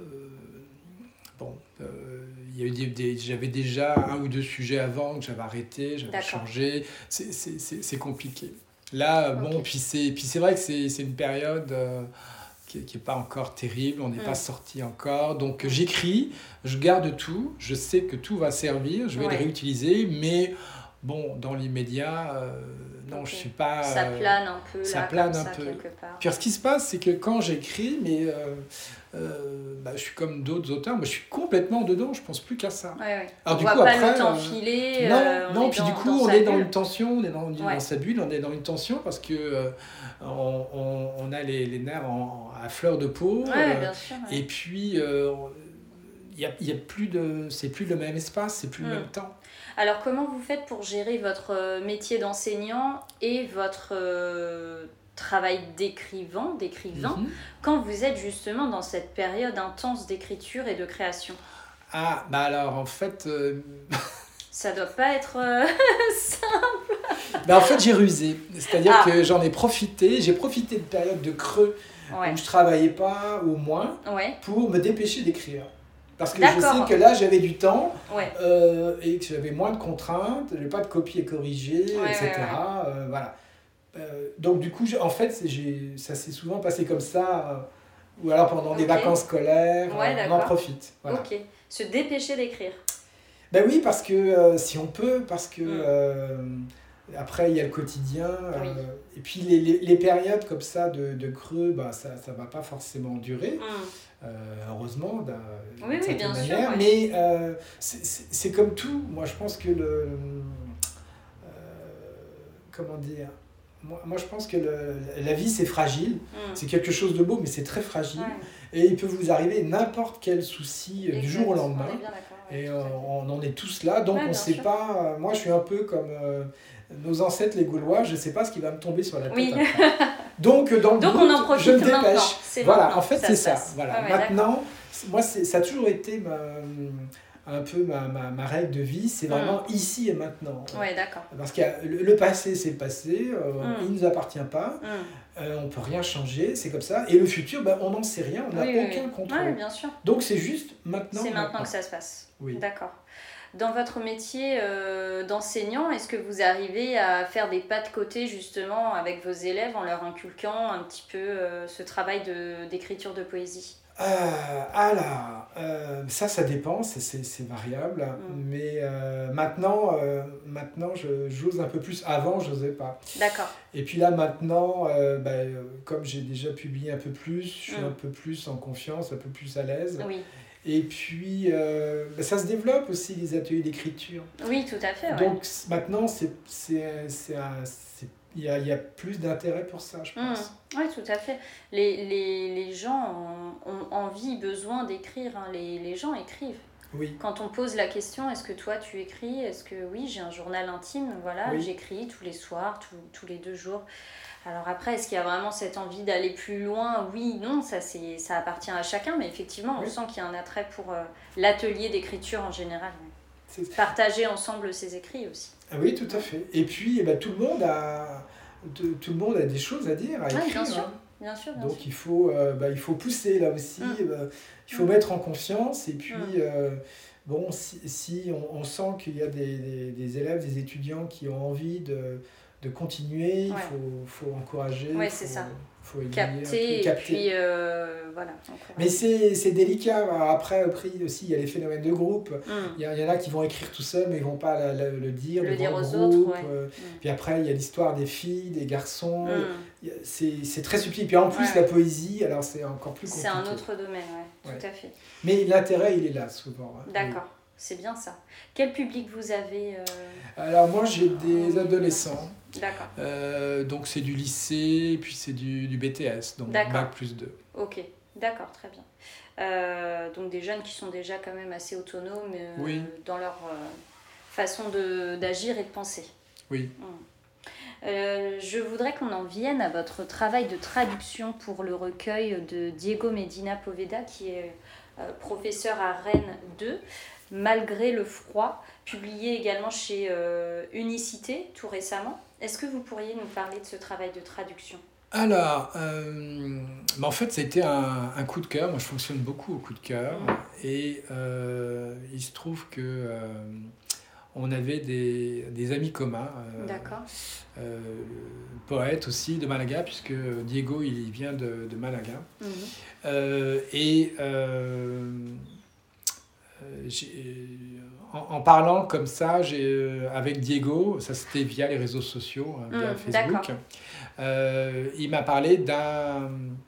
bon, euh, il y a eu des, des- j'avais déjà un ou deux sujets avant que j'avais arrêté, j'avais D'accord. changé. C'est, c'est, c'est, c'est compliqué. Là, bon, Ok. puis c'est, puis c'est vrai que c'est, c'est une période. Euh, qui n'est pas encore terrible, on n'est Mm. pas sorti encore. Donc Mm. j'écris, je garde tout, je sais que tout va servir, je vais Ouais. le réutiliser, mais bon, dans l'immédiat, euh, non, Ok. je suis pas... Ça euh, plane un peu ça là, plane comme un ça, peu. quelque part. Puis alors, ce qui se passe, c'est que quand j'écris, mais euh, euh, bah, je suis comme d'autres auteurs, moi je suis complètement dedans, je pense plus qu'à ça. Ouais, ouais. Alors, On du voit coup, pas après, le temps euh, filer. non, euh, on non, est puis dans- du coup, dans on sa est dans bulle. une tension, on est dans, Ouais. dans sa bulle, on est dans une tension parce que euh, on, on, on a les, les nerfs en- à fleur de peau. Ouais, euh, bien sûr. ouais. et puis, euh, il y a, il y a plus de, c'est plus le même espace, c'est plus Mm. le même temps. Alors, comment vous faites pour gérer votre euh, métier d'enseignant et votre euh, travail d'écrivain, d'écrivain, Mhm. quand vous êtes justement dans cette période intense d'écriture et de création? Ah, bah alors en fait, euh, Ça doit pas être euh, ça. bah en fait j'ai rusé. C'est-à-dire Ah. que j'en ai profité, j'ai profité de périodes de creux Ouais. où je travaillais pas ou moins Ouais. pour me dépêcher d'écrire. Parce que je D'accord. sais que là j'avais du temps. Ouais. Euh, et que j'avais moins de contraintes, j'avais pas de copier et corriger, Ouais, et cetera. ouais, ouais. Euh, voilà. Euh, donc du coup, j'ai- en fait, c'est- j'ai, ça s'est souvent passé comme ça, euh, ou alors pendant des Ok. vacances scolaires, Ouais, euh, on en d'accord. profite. Voilà. Ok. Se dépêcher d'écrire. Ben oui, parce que euh, si on peut, parce que Mm. euh, après il y a le quotidien, euh, Oui. et puis les, les, les périodes comme ça de, de creux, bah, ça ne va pas forcément durer. Mm. Euh, heureusement, d'un- Oui, d'une oui, certaine bien sûr, manière. ouais. Mais euh, c'est- c'est c'est comme tout. Moi, je pense que le. euh, comment dire moi, moi, je pense que le- la vie, c'est fragile. Mm. C'est quelque chose de beau, mais c'est très fragile. Ouais. Et il peut vous arriver n'importe quel souci euh, du Exact. jour au On lendemain. est bien d'accord, ouais, Et tout euh, à fait. on en est tous là. Donc, Ouais, on bien sait sûr. pas. euh, moi, je suis un peu comme. euh, nos ancêtres, les Gaulois, je ne sais pas ce qui va me tomber sur la tête Oui. après. Donc, dans le Donc doute, on en profite je me maintenant. dépêche. C'est Voilà, maintenant en fait, que c'est se ça. passe. Voilà. Ouais, ouais, d'accord. Maintenant, c'est- moi, c'est- ça a toujours été ma, un peu ma, ma, ma règle de vie. C'est vraiment ici et maintenant. Ouais, d'accord. Parce que le, le passé, c'est le passé. euh, Mm. Il ne nous appartient pas. Mm. euh, on ne peut rien changer. C'est comme ça. Et le futur, ben, on n'en sait rien. On n'a Oui, oui, aucun oui. contrôle. Ouais, bien sûr. Donc, c'est juste maintenant. C'est maintenant que ça se passe. Oui. D'accord. Dans votre métier euh, d'enseignant, est-ce que vous arrivez à faire des pas de côté justement avec vos élèves en leur inculquant un petit peu euh, ce travail de, d'écriture de poésie? Euh, alors, euh, ça, ça dépend, c'est, c'est, c'est variable. Mm. Mais euh, maintenant, euh, maintenant je, j'ose un peu plus. Avant, je n'osais pas. D'accord. Et puis là, maintenant, euh, bah, euh, comme j'ai déjà publié un peu plus, je suis Mm. un peu plus en confiance, un peu plus à l'aise. Oui. Et puis, euh, bah, ça se développe aussi, les ateliers d'écriture. Oui, tout à fait. Ouais. Donc c- maintenant, c'est, c'est, c'est, un- c'est il y a, il y a plus d'intérêt pour ça, je pense. Mmh. Oui, tout à fait. Les, les, les gens ont, ont envie, besoin d'écrire. Hein. Les, les gens écrivent. Oui. Quand on pose la question, est-ce que toi tu écris? Est-ce que oui, j'ai un journal intime, voilà, Oui. j'écris tous les soirs, tous, tous les deux jours. Alors après, est-ce qu'il y a vraiment cette envie d'aller plus loin? Oui, non, ça, c'est, ça appartient à chacun, mais effectivement, on Oui. sent qu'il y a un attrait pour euh, l'atelier d'écriture en général. Oui. C'est... Partager ensemble ses écrits aussi. Ah oui, tout à fait. Et puis, eh ben, tout, le monde a, de, tout le monde a des choses à dire, à Ouais, écrire. bien sûr, hein. bien sûr. Bien Donc sûr. il faut, euh, bah, il faut pousser là aussi, Mm. bah, il faut Mm. mettre en confiance. Et puis, Mm. euh, bon, si, si on, on sent qu'il y a des, des, des élèves, des étudiants qui ont envie de, de continuer, il Ouais. faut, faut encourager. Ouais, faut, c'est ça. faut aiguiller un peu, Capter, et capter. puis euh, voilà. encourager. Mais c'est, c'est délicat. Après, après aussi, il y a les phénomènes de groupe. Mm. Il y, a- il y en a qui vont écrire tout seuls, mais ils ne vont pas la- la- le dire Le devant dire le aux groupe. autres, ouais. euh, Mm. Puis après, il y a l'histoire des filles, des garçons. Mm. Il y a- C'est, c'est très subtil. Puis en plus, Ouais, la ouais. poésie, alors c'est encore plus compliqué. C'est un autre domaine, ouais, Ouais. tout à fait. Mais l'intérêt, il est là, souvent. hein. D'accord, c'est bien ça. Quel public vous avez euh, Alors moi, j'ai des adolescents. D'accord, Euh, donc c'est du lycée, puis c'est du, du B T S, donc D'accord. bac plus deux. ok, d'accord, très bien. Euh, donc des jeunes qui sont déjà quand même assez autonomes euh, Oui. dans leur euh, façon de, d'agir et de penser. Oui. Euh, je voudrais qu'on en vienne à votre travail de traduction pour le recueil de Diego Medina Poveda, qui est euh, professeur à Rennes deux, Malgré le froid, publié également chez euh, Unicité tout récemment. Est-ce que vous pourriez nous parler de ce travail de traduction? Alors, euh, bah en fait, c'était un, un coup de cœur. Moi, je fonctionne beaucoup au coup de cœur. Mmh. Et euh, il se trouve que euh, on avait des, des amis communs. euh, D'accord. euh, poète aussi de Malaga, puisque Diego, il vient de, de Malaga. Mmh. Euh, et euh, euh, j'ai- en, en parlant comme ça, j'ai, euh, avec Diego, ça c'était via les réseaux sociaux, hein, via Mm, Facebook, d'accord. euh, il m'a parlé d'un,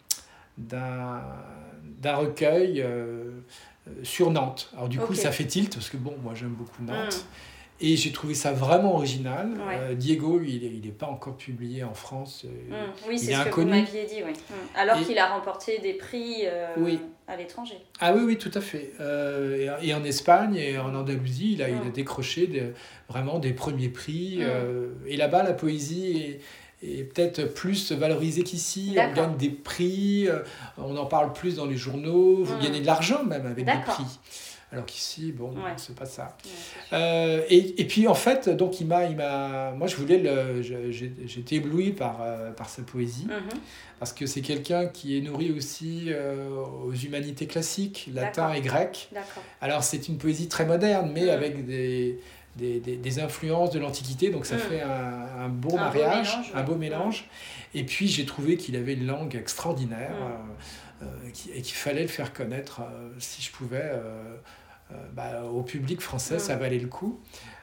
d'un, d'un recueil euh, sur Nantes. Alors du coup, Ok. ça fait tilt, parce que bon, moi j'aime beaucoup Nantes. Mm. Et j'ai trouvé ça vraiment original. Ouais. Euh, Diego, lui, il n'est pas encore publié en France. euh, Mm. Oui, il c'est est ce que inconnu. vous m'aviez dit. Oui. Mm. Alors Et- qu'il a remporté des prix euh, Oui. à l'étranger. Ah oui, oui, tout à fait. Euh, et, et en Espagne et en Andalousie, il a, il a Mm. décroché des- vraiment des premiers prix. Mm. euh, et là-bas, la poésie est, est peut-être plus valorisée qu'ici. On D'accord. gagne des prix, euh, on en parle plus dans les journaux. Vous Mm. gagnez de l'argent même avec des D'accord. prix. Alors qu'ici, bon, Ouais. c'est pas ça. Ouais, c'est sûr. Euh, et, et puis en fait, donc il m'a, il m'a, moi je voulais le, je- j'ai, j'ai été ébloui par, euh, par sa poésie, Mhm. parce que c'est quelqu'un qui est nourri aussi euh, aux humanités classiques, latin D'accord. et grec. D'accord. Alors c'est une poésie très moderne, mais Mm. avec des, des, des, des influences de l'Antiquité, donc ça Mm. fait un, un beau Un beau mariage, mélange, un ouais. beau mélange. Et puis j'ai trouvé qu'il avait une langue extraordinaire, Mm. euh, euh, qui- et qu'il fallait le faire connaître euh, si je pouvais. euh, euh, bah, au public français, Mm. ça valait le coup.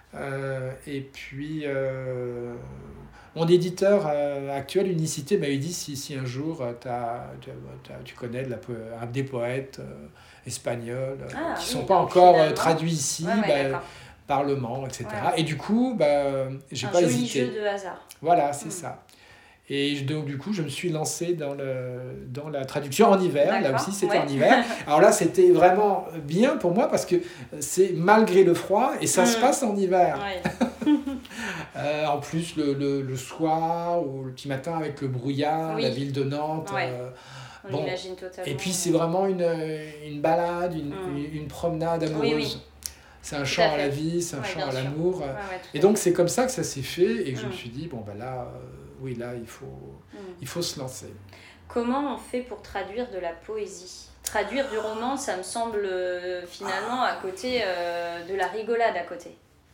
Euh, et puis, euh, mon éditeur euh, actuel, Unicité, m'avait dit si, si un jour euh, t'as, t'as, t'as- tu connais de la, po- un des poètes euh, espagnols euh, Ah, qui ne oui, sont pas donc encore euh, finalement- traduits ici, Ouais, ouais, bah, d'accord. Parlement, et cetera. Ouais. Et du coup, bah, j'ai Un pas joli hésité. jeu de hasard. Voilà, c'est Mm. ça. Et je- donc, du coup, je me suis lancé dans, le, dans la traduction en hiver. Là D'accord, aussi, c'était ouais. en hiver. Alors là, c'était vraiment bien pour moi parce que c'est malgré le froid et ça se Mm. passe en hiver. Ouais. Euh, en plus, le, le, le soir ou le petit matin avec le brouillard, Oui. la ville de Nantes. Ouais. euh, On Bon. l'imagine totalement. et puis, c'est vraiment une, une balade, une, Mm. une, une promenade amoureuse. Oui, oui. C'est un Tout chant à à la fait. vie, c'est un Ouais, chant bien à sûr. l'amour. Ouais, ouais, tout Et à donc, c'est comme ça que ça s'est fait et que je Mm. me suis dit, bon, ben là, euh, oui, là, il faut, fait. Mm. il faut se lancer. Comment on fait pour traduire de la poésie? Traduire du roman, ça me semble euh, finalement à côté euh, de la rigolade à côté.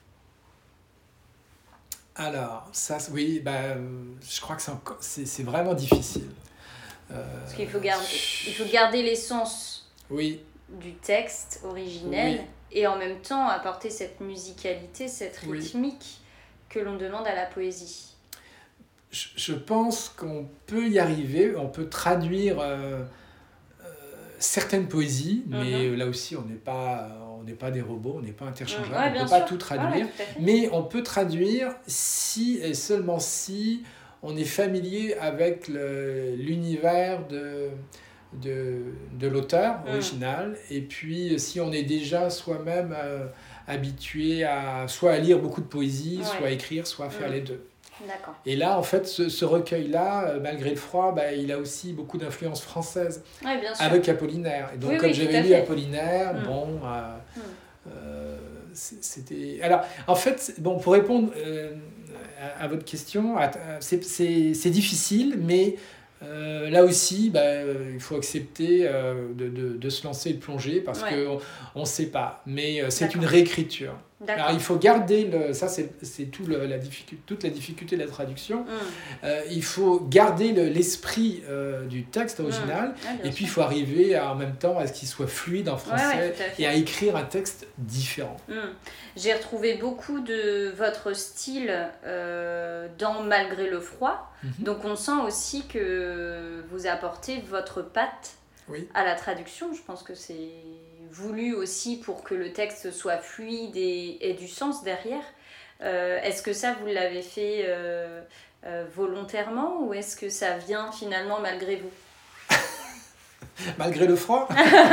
Alors, ça, c'est- oui, bah, euh, je crois que c'est, encore- c'est, c'est vraiment difficile. Euh, Parce qu'il faut garder, il faut garder l'essence Oui, du texte originel et en même temps apporter cette musicalité, cette Oui. rythmique que l'on demande à la poésie. je, je pense qu'on peut y arriver, on peut traduire euh, euh, certaines poésies, mais Mhm. là aussi, on n'est pas, on n'est pas des robots, on n'est pas interchangeables, Ouais, on ne bien peut pas sûr. tout Ouais, traduire. ouais, tout à fait. Mais on peut traduire si et seulement si on est familier avec le, l'univers de, de, de l'auteur original. Mmh. Et puis, si on est déjà soi-même euh, habitué à soit à lire beaucoup de poésie, ouais. soit à écrire, soit à faire mmh. les deux. D'accord. Et là, en fait, ce, ce recueil-là, euh, malgré le froid, bah, il a aussi beaucoup d'influence française, ouais, bien sûr. avec Apollinaire. Et donc, oui, comme oui, j'avais lu fait. Apollinaire, mmh. bon, euh, mmh. euh, c'était... Alors, en fait, bon, pour répondre euh, à, à votre question, c'est, c'est, c'est difficile, mais euh, là aussi, bah, euh, il faut accepter euh, de, de, de se lancer et de plonger, parce ouais. qu'on ne sait pas. Mais euh, c'est D'accord. une réécriture. Alors, il faut garder, le, ça c'est, c'est tout le, la difficulté, toute la difficulté de la traduction, mmh. euh, il faut garder le, l'esprit euh, du texte original, mmh. ouais, et puis il faut arriver à, en même temps à ce qu'il soit fluide en français, ouais, ouais, et à écrire un texte différent. Mmh. J'ai retrouvé beaucoup de votre style euh, dans Malgré le froid, mmh. donc on sent aussi que vous apportez votre patte oui. à la traduction. Je pense que c'est voulu aussi pour que le texte soit fluide et ait du sens derrière. Euh, est-ce que ça, vous l'avez fait euh, euh, volontairement ou est-ce que ça vient finalement malgré vous ? Malgré le froid.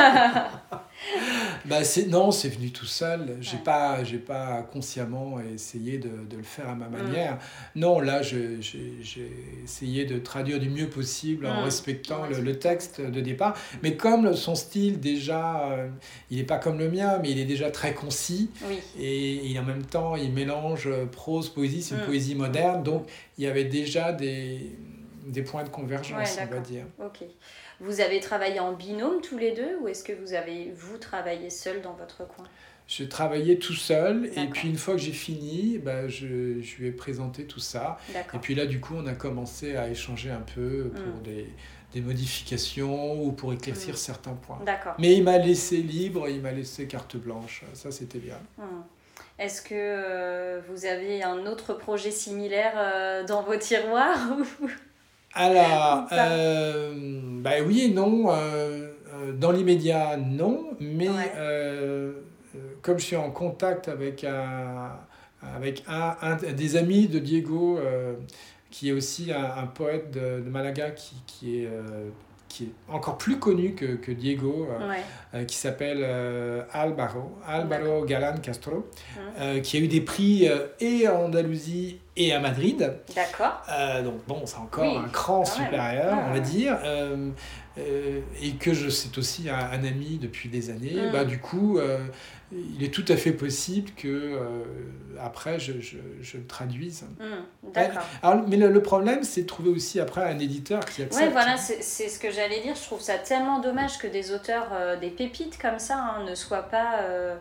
Bah c'est, non, c'est venu tout seul. J'ai ouais. pas, j'ai pas consciemment essayé de, de le faire à ma manière. Mmh. Non, là, je, j'ai, j'ai essayé de traduire du mieux possible en mmh. respectant le, le texte de départ. Mais comme son style, déjà, euh, il n'est pas comme le mien, mais il est déjà très concis. Oui. Et, et en même temps, il mélange prose, poésie. C'est une mmh. poésie moderne. Donc, il y avait déjà des, des points de convergence, ouais, on va dire. Ok. Vous avez travaillé en binôme tous les deux ou est-ce que vous avez, vous, travaillé seul dans votre coin ? Je travaillais tout seul. D'accord. Et puis une fois que j'ai fini, bah, je, je lui ai présenté tout ça. D'accord. Et puis là, du coup, on a commencé à échanger un peu pour mmh. des, des modifications ou pour éclaircir mmh. certains points. D'accord. Mais il m'a laissé libre, il m'a laissé carte blanche. Ça, c'était bien. Mmh. Est-ce que euh, vous avez un autre projet similaire euh, dans vos tiroirs ou... Alors, euh, bah oui et non. Euh, dans l'immédiat, non. Mais ouais. euh, comme je suis en contact avec un, avec un, un des amis de Diego, euh, qui est aussi un, un poète de, de Malaga, qui, qui, est, euh, qui est encore plus connu que, que Diego, euh, ouais. euh, qui s'appelle euh, Álvaro, Álvaro Galán Castro, mmh. euh, qui a eu des prix euh, et en Andalousie et à Madrid. D'accord. Euh, donc bon, c'est encore oui. un cran ah supérieur, ouais. on va dire. Euh, euh, et que je, c'est aussi un, un ami depuis des années. Mm. Bah, du coup, euh, il est tout à fait possible que euh, après je, je, je le traduise. Mm. D'accord. Alors, mais le, le problème, c'est de trouver aussi après un éditeur qui accepte. Oui, voilà, c'est, c'est ce que j'allais dire. Je trouve ça tellement dommage que des auteurs, euh, des pépites comme ça, hein, ne soient pas euh,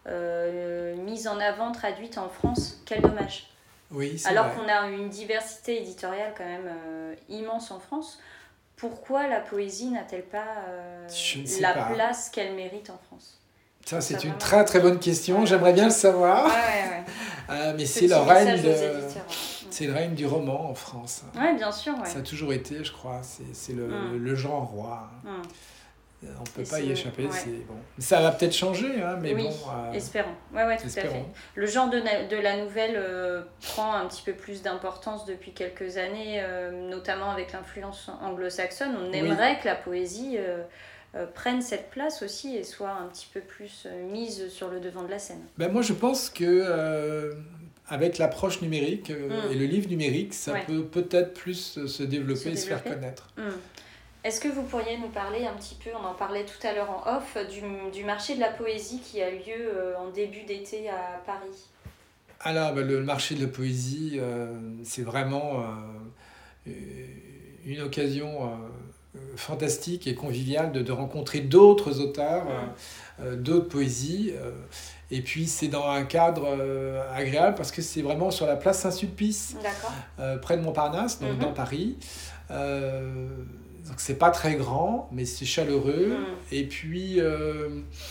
euh, mises en avant, traduites en France. Quel dommage. Oui, c'est Alors vrai. qu'on a une diversité éditoriale quand même euh, immense en France, pourquoi la poésie n'a-t-elle pas euh, la pas. place qu'elle mérite en France ? Ça, c'est ça une très très bonne question, ouais. J'aimerais bien le savoir. Ouais, ouais, ouais. euh, mais c'est le, règne de... c'est le règne du roman en France. Oui, bien sûr. Ouais. Ça a toujours été, je crois, c'est, c'est le, mm. le genre roi. Mm. On ne peut et pas y échapper. Ouais. C'est bon. Ça va peut-être changer, hein, mais oui, bon. Euh, espérons. Ouais, ouais, tout espérons. à fait. Le genre de, na- de la nouvelle euh, prend un petit peu plus d'importance depuis quelques années, euh, notamment avec l'influence anglo-saxonne. On aimerait oui. que la poésie euh, euh, prenne cette place aussi et soit un petit peu plus euh, mise sur le devant de la scène. Ben moi, je pense que euh, avec l'approche numérique euh, mm. et le livre numérique, ça ouais. peut peut-être plus se développer se et développer. se faire connaître. Mm. Est-ce que vous pourriez nous parler un petit peu, on en parlait tout à l'heure en off, du, du marché de la poésie qui a lieu euh, en début d'été à Paris ? Alors, ben, le marché de la poésie, euh, c'est vraiment euh, une occasion euh, fantastique et conviviale de, de rencontrer d'autres auteurs, mmh. euh, d'autres poésies. Euh, et puis, c'est dans un cadre euh, agréable parce que c'est vraiment sur la place Saint-Sulpice, euh, près de Montparnasse, donc mmh. dans Paris. Euh, Donc c'est pas très grand, mais c'est chaleureux. Mmh. Et puis, euh,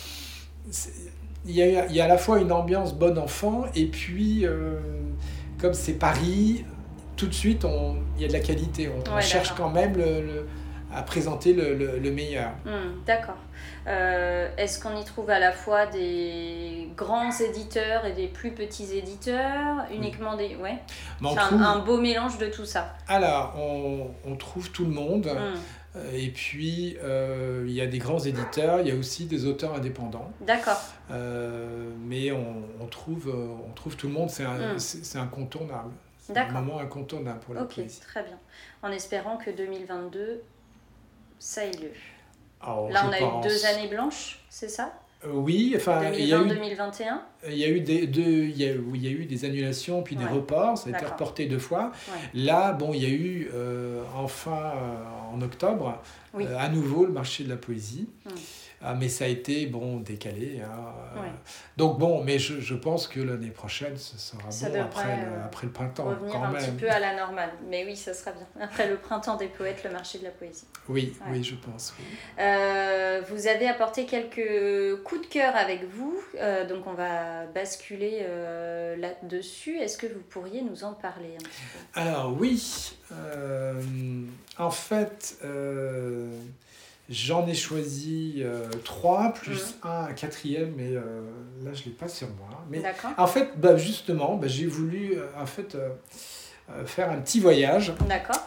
il y a, y a à la fois une ambiance bon enfant, et puis, euh, comme c'est Paris, tout de suite, il y a de la qualité. On, ouais, on cherche quand même le, le, à présenter le, le, le meilleur. Mmh, d'accord. Euh, est-ce qu'on y trouve à la fois des grands éditeurs et des plus petits éditeurs, uniquement des... Ouais. Mais C'est trouve... un, un beau mélange de tout ça. Alors, on, on trouve tout le monde. Mmh. Et puis, euh, il y a des grands éditeurs, il y a aussi des auteurs indépendants. D'accord. Euh, mais on, on, trouve, on trouve tout le monde, c'est, un, mmh. c'est, c'est incontournable. C'est D'accord. un moment incontournable pour la Ok, poésie. très bien. En espérant que deux mille vingt-deux, ça ait lieu. Alors, là, on a pense... eu deux années blanches, c'est ça ? euh, Oui, enfin, il y a eu... deux mille vingt et un Il y a eu des, deux, il y a, il y a eu des annulations puis des ouais. reports, ça a D'accord. été reporté deux fois. Ouais. Là, bon, il y a eu euh, enfin euh, en octobre oui. euh, à nouveau le marché de la poésie, mmh. ah, mais ça a été bon décalé. Hein, ouais. Donc bon, mais je, je pense que l'année prochaine ce sera ça bon après le, euh, après le printemps. Revenir quand un même. petit peu à la normale, mais oui, ça sera bien. Après le printemps des poètes, le marché de la poésie. Oui, ouais. oui, je pense. Oui. Euh, vous avez apporté quelques coups de cœur avec vous, euh, donc on va basculer euh, là-dessus. Est-ce que vous pourriez nous en parler un petit peu ? Alors oui, euh, en fait, euh, j'en ai choisi euh, trois, plus mmh. un, un quatrième, mais euh, là je ne l'ai pas sur moi. Mais D'accord. En fait, bah, justement, bah, j'ai voulu euh, en fait, euh, euh, faire un petit voyage. D'accord.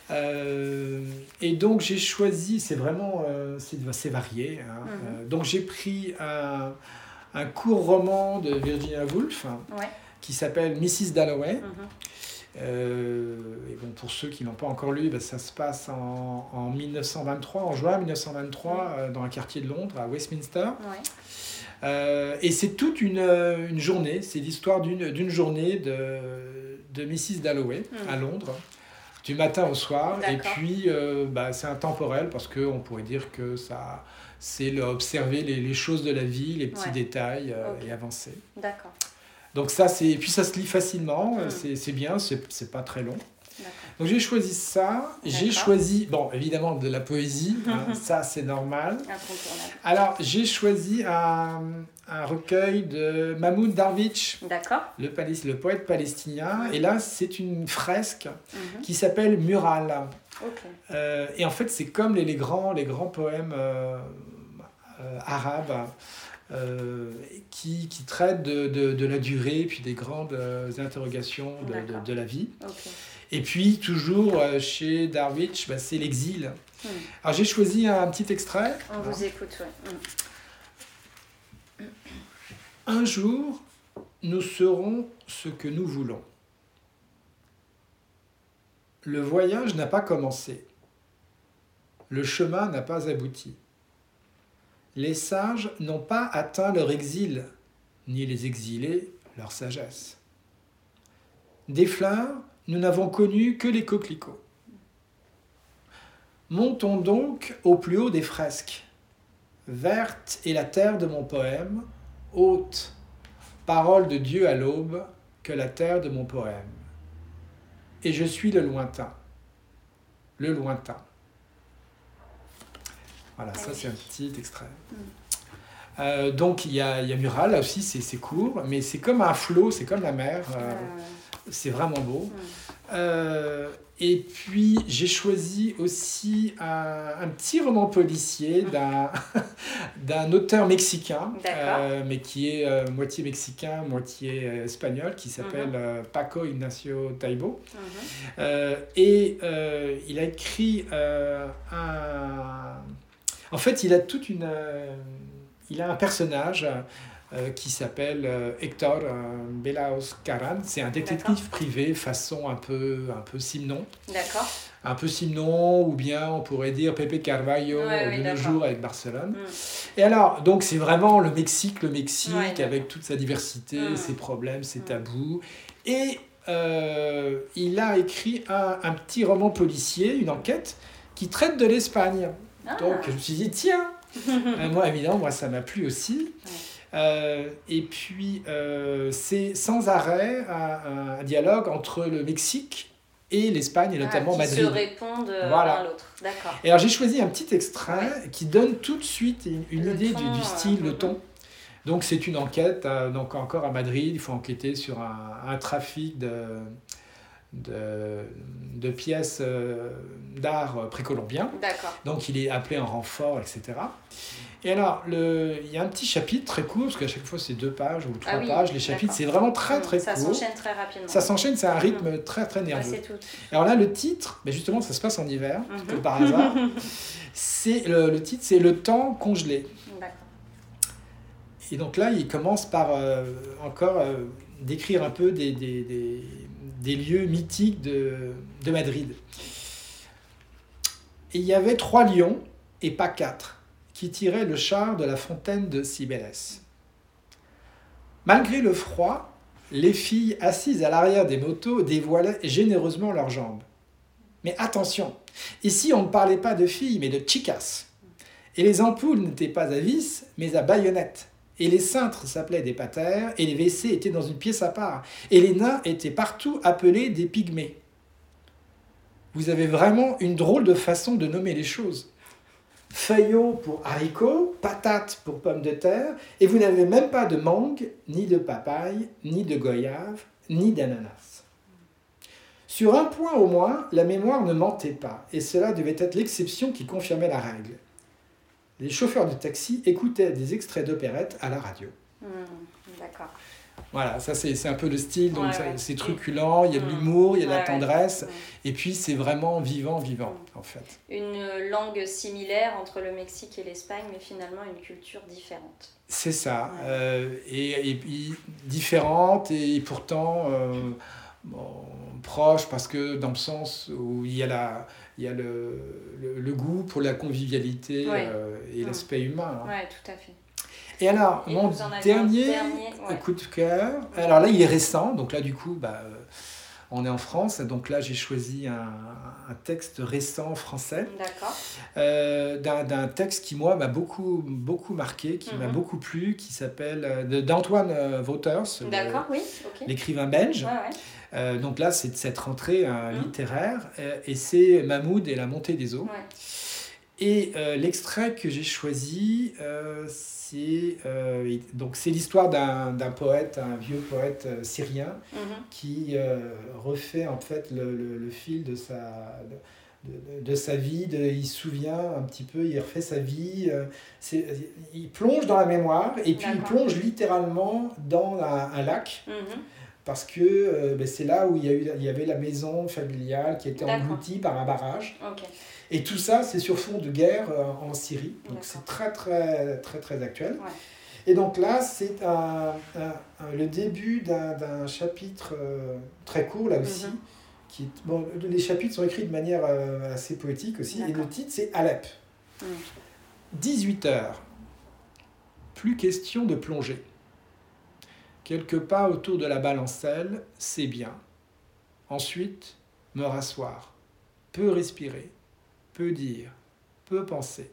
Euh, et donc j'ai choisi, c'est vraiment euh, c'est, c'est varié. Hein. Mmh. Euh, donc j'ai pris un, un court roman de Virginia Woolf ouais. qui s'appelle missus Dalloway. Mmh. Euh, et bon, pour ceux qui n'ont pas encore lu, ben, ça se passe en, en dix-neuf cent vingt-trois, en juin dix-neuf cent vingt-trois, mmh. euh, dans un quartier de Londres, à Westminster. Ouais. Euh, et c'est toute une, une journée, c'est l'histoire d'une, d'une journée de, de missus Dalloway mmh. à Londres, du matin au soir. D'accord. Et puis, euh, bah, c'est intemporel parce qu'on pourrait dire que ça, c'est le, observer les, les choses de la vie, les petits ouais. détails euh, okay. et avancer. D'accord. Donc ça, c'est... Et puis ça se lit facilement, mmh. c'est, c'est bien, c'est, c'est pas très long. D'accord. Donc j'ai choisi ça, D'accord. j'ai choisi, bon évidemment de la poésie, hein, ça c'est normal. Incontournable. Alors j'ai choisi un, un recueil de Mahmoud Darwich, D'accord. Le, Palis, le poète palestinien, mmh. et là c'est une fresque mmh. qui s'appelle Mural. Okay. Euh, et en fait c'est comme les, les, grands, les grands poèmes euh, euh, arabes. Euh, qui, qui traite de, de, de la durée, puis des grandes euh, interrogations de, de, de la vie. Okay. Et puis, toujours euh, chez Darwich, bah, c'est l'exil. Mm. Alors, j'ai choisi un petit extrait. On Alors. vous écoute, oui. Mm. Un jour, nous serons ce que nous voulons. Le voyage n'a pas commencé. Le chemin n'a pas abouti. Les sages n'ont pas atteint leur exil, ni les exilés leur sagesse. Des fleurs, nous n'avons connu que les coquelicots. Montons donc au plus haut des fresques. Verte est la terre de mon poème, haute, parole de Dieu à l'aube, que la terre de mon poème. Et je suis le lointain, le lointain. Voilà, ça c'est un petit extrait. Mm. Euh, donc il y a, y a Mural, là aussi c'est, c'est court, mais c'est comme un flot, c'est comme la mer, euh, euh... c'est vraiment beau. Mm. Euh, et puis j'ai choisi aussi un, un petit roman policier d'un, d'un auteur mexicain, euh, mais qui est euh, moitié mexicain, moitié espagnol, qui s'appelle mm-hmm. euh, Paco Ignacio Taibo. Mm-hmm. Euh, et euh, il a écrit euh, un... En fait, il a toute une, euh, il a un personnage euh, qui s'appelle euh, Héctor euh, Belaos Caran. C'est un détective D'accord. privé façon un peu, un peu Simon. D'accord. Un peu Simon, ou bien on pourrait dire Pepe Carvalho ouais, de oui, nos jours avec Barcelone. Mm. Et alors, donc c'est vraiment le Mexique, le Mexique ouais, avec toute sa diversité, mm. ses problèmes, ses mm. tabous. Et euh, il a écrit un, un petit roman policier, une enquête qui traite de l'Espagne. Ah. Donc je me suis dit, tiens, euh, moi évidemment, moi ça m'a plu aussi. Ouais. Euh, et puis euh, c'est sans arrêt un, un dialogue entre le Mexique et l'Espagne, et notamment ah, qui Madrid. Qui se répondent voilà. l'un à l'autre. D'accord. Et alors j'ai choisi un petit extrait ouais. qui donne tout de suite une, une idée ton, du, du style, euh, le ton. Donc c'est une enquête, euh, donc encore à Madrid, il faut enquêter sur un, un trafic de... de, de pièces euh, d'art précolombien. D'accord. Donc il est appelé en renfort, et cetera. Et alors, le, il y a un petit chapitre très court, parce qu'à chaque fois c'est deux pages ou trois ah oui, pages. Les chapitres, d'accord. c'est vraiment très très ça court. Ça s'enchaîne très rapidement. Ça s'enchaîne, c'est un rythme mmh. très très nerveux. Ouais, c'est tout. Alors là, le titre, ben justement, ça se passe en hiver, Mmh. comme par hasard. C'est, le, le titre, c'est Le temps congelé. D'accord. Et donc là, il commence par euh, encore euh, décrire un peu des, des, des, des lieux mythiques de, de Madrid. Et il y avait trois lions, et pas quatre, qui tiraient le char de la fontaine de Cibeles. Malgré le froid, les filles assises à l'arrière des motos dévoilaient généreusement leurs jambes. Mais attention, ici on ne parlait pas de filles, mais de chicas. Et les ampoules n'étaient pas à vis, mais à baïonnettes. Et les cintres s'appelaient des patères, et les W C étaient dans une pièce à part. Et les nains étaient partout appelés des pygmées. Vous avez vraiment une drôle de façon de nommer les choses. Feuillots pour haricots, patates pour pommes de terre, et vous n'avez même pas de mangue, ni de papaye, ni de goyave, ni d'ananas. Sur un point au moins, la mémoire ne mentait pas, et cela devait être l'exception qui confirmait la règle. Les chauffeurs de taxi écoutaient des extraits d'opérette à la radio. Mmh, d'accord. Voilà, ça c'est, c'est un peu le style, donc ouais, ça, ouais. c'est truculent, il y a de l'humour, il y a de ouais, la tendresse, ouais. et puis c'est vraiment vivant, vivant, en fait. Une langue similaire entre le Mexique et l'Espagne, mais finalement une culture différente. C'est ça, ouais. euh, et, et puis différente, et pourtant euh, bon, proche, parce que dans le sens où il y a, la, il y a le, le, le goût pour la convivialité ouais. euh, et mmh. l'aspect humain. Oui, hein. tout à fait. Et alors, et mon dernier, dernier ouais. coup de cœur, alors là, il est récent, donc là, du coup, bah, euh, on est en France, donc là, j'ai choisi un, un texte récent français, euh, d'un, d'un texte qui, moi, m'a beaucoup, beaucoup marqué, qui mm-hmm. m'a beaucoup plu, qui s'appelle, euh, d'Antoine Wouters, le, oui. okay. l'écrivain belge. Ouais, ouais. Euh, donc là, c'est de cette rentrée euh, mm-hmm. littéraire, euh, et c'est Mahmoud et la montée des eaux. Ouais. Et euh, l'extrait que j'ai choisi, euh, c'est, euh, donc c'est l'histoire d'un, d'un poète, un vieux poète euh, syrien, mm-hmm. qui euh, refait en fait le, le, le fil de sa, de, de, de sa vie, de, il se souvient un petit peu, il refait sa vie, euh, c'est, il plonge dans la mémoire et puis D'accord. il plonge littéralement dans un, un lac. Mm-hmm. Parce que euh, ben c'est là où il y, a eu, il y avait la maison familiale qui était D'accord. engloutie par un barrage. Okay. Et tout ça, c'est sur fond de guerre euh, en Syrie. Donc D'accord. c'est très, très, très, très actuel. Ouais. Et donc là, c'est un, un, un, le début d'un, d'un chapitre euh, très court, là aussi. Mm-hmm. Qui, bon, les chapitres sont écrits de manière euh, assez poétique aussi. D'accord. Et le titre, c'est Alep. Mm. dix-huit heures. Plus question de plonger. Quelques pas autour de la balancelle, c'est bien. Ensuite, me rasseoir. Peu respirer. Peu dire. Peu penser.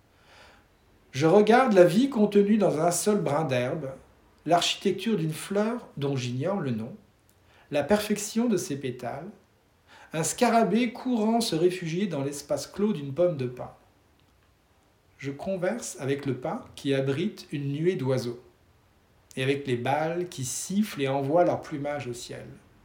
Je regarde la vie contenue dans un seul brin d'herbe, l'architecture d'une fleur dont j'ignore le nom, la perfection de ses pétales, un scarabée courant se réfugier dans l'espace clos d'une pomme de pin. Je converse avec le pin qui abrite une nuée d'oiseaux, et avec les balles qui sifflent et envoient leur plumage au ciel.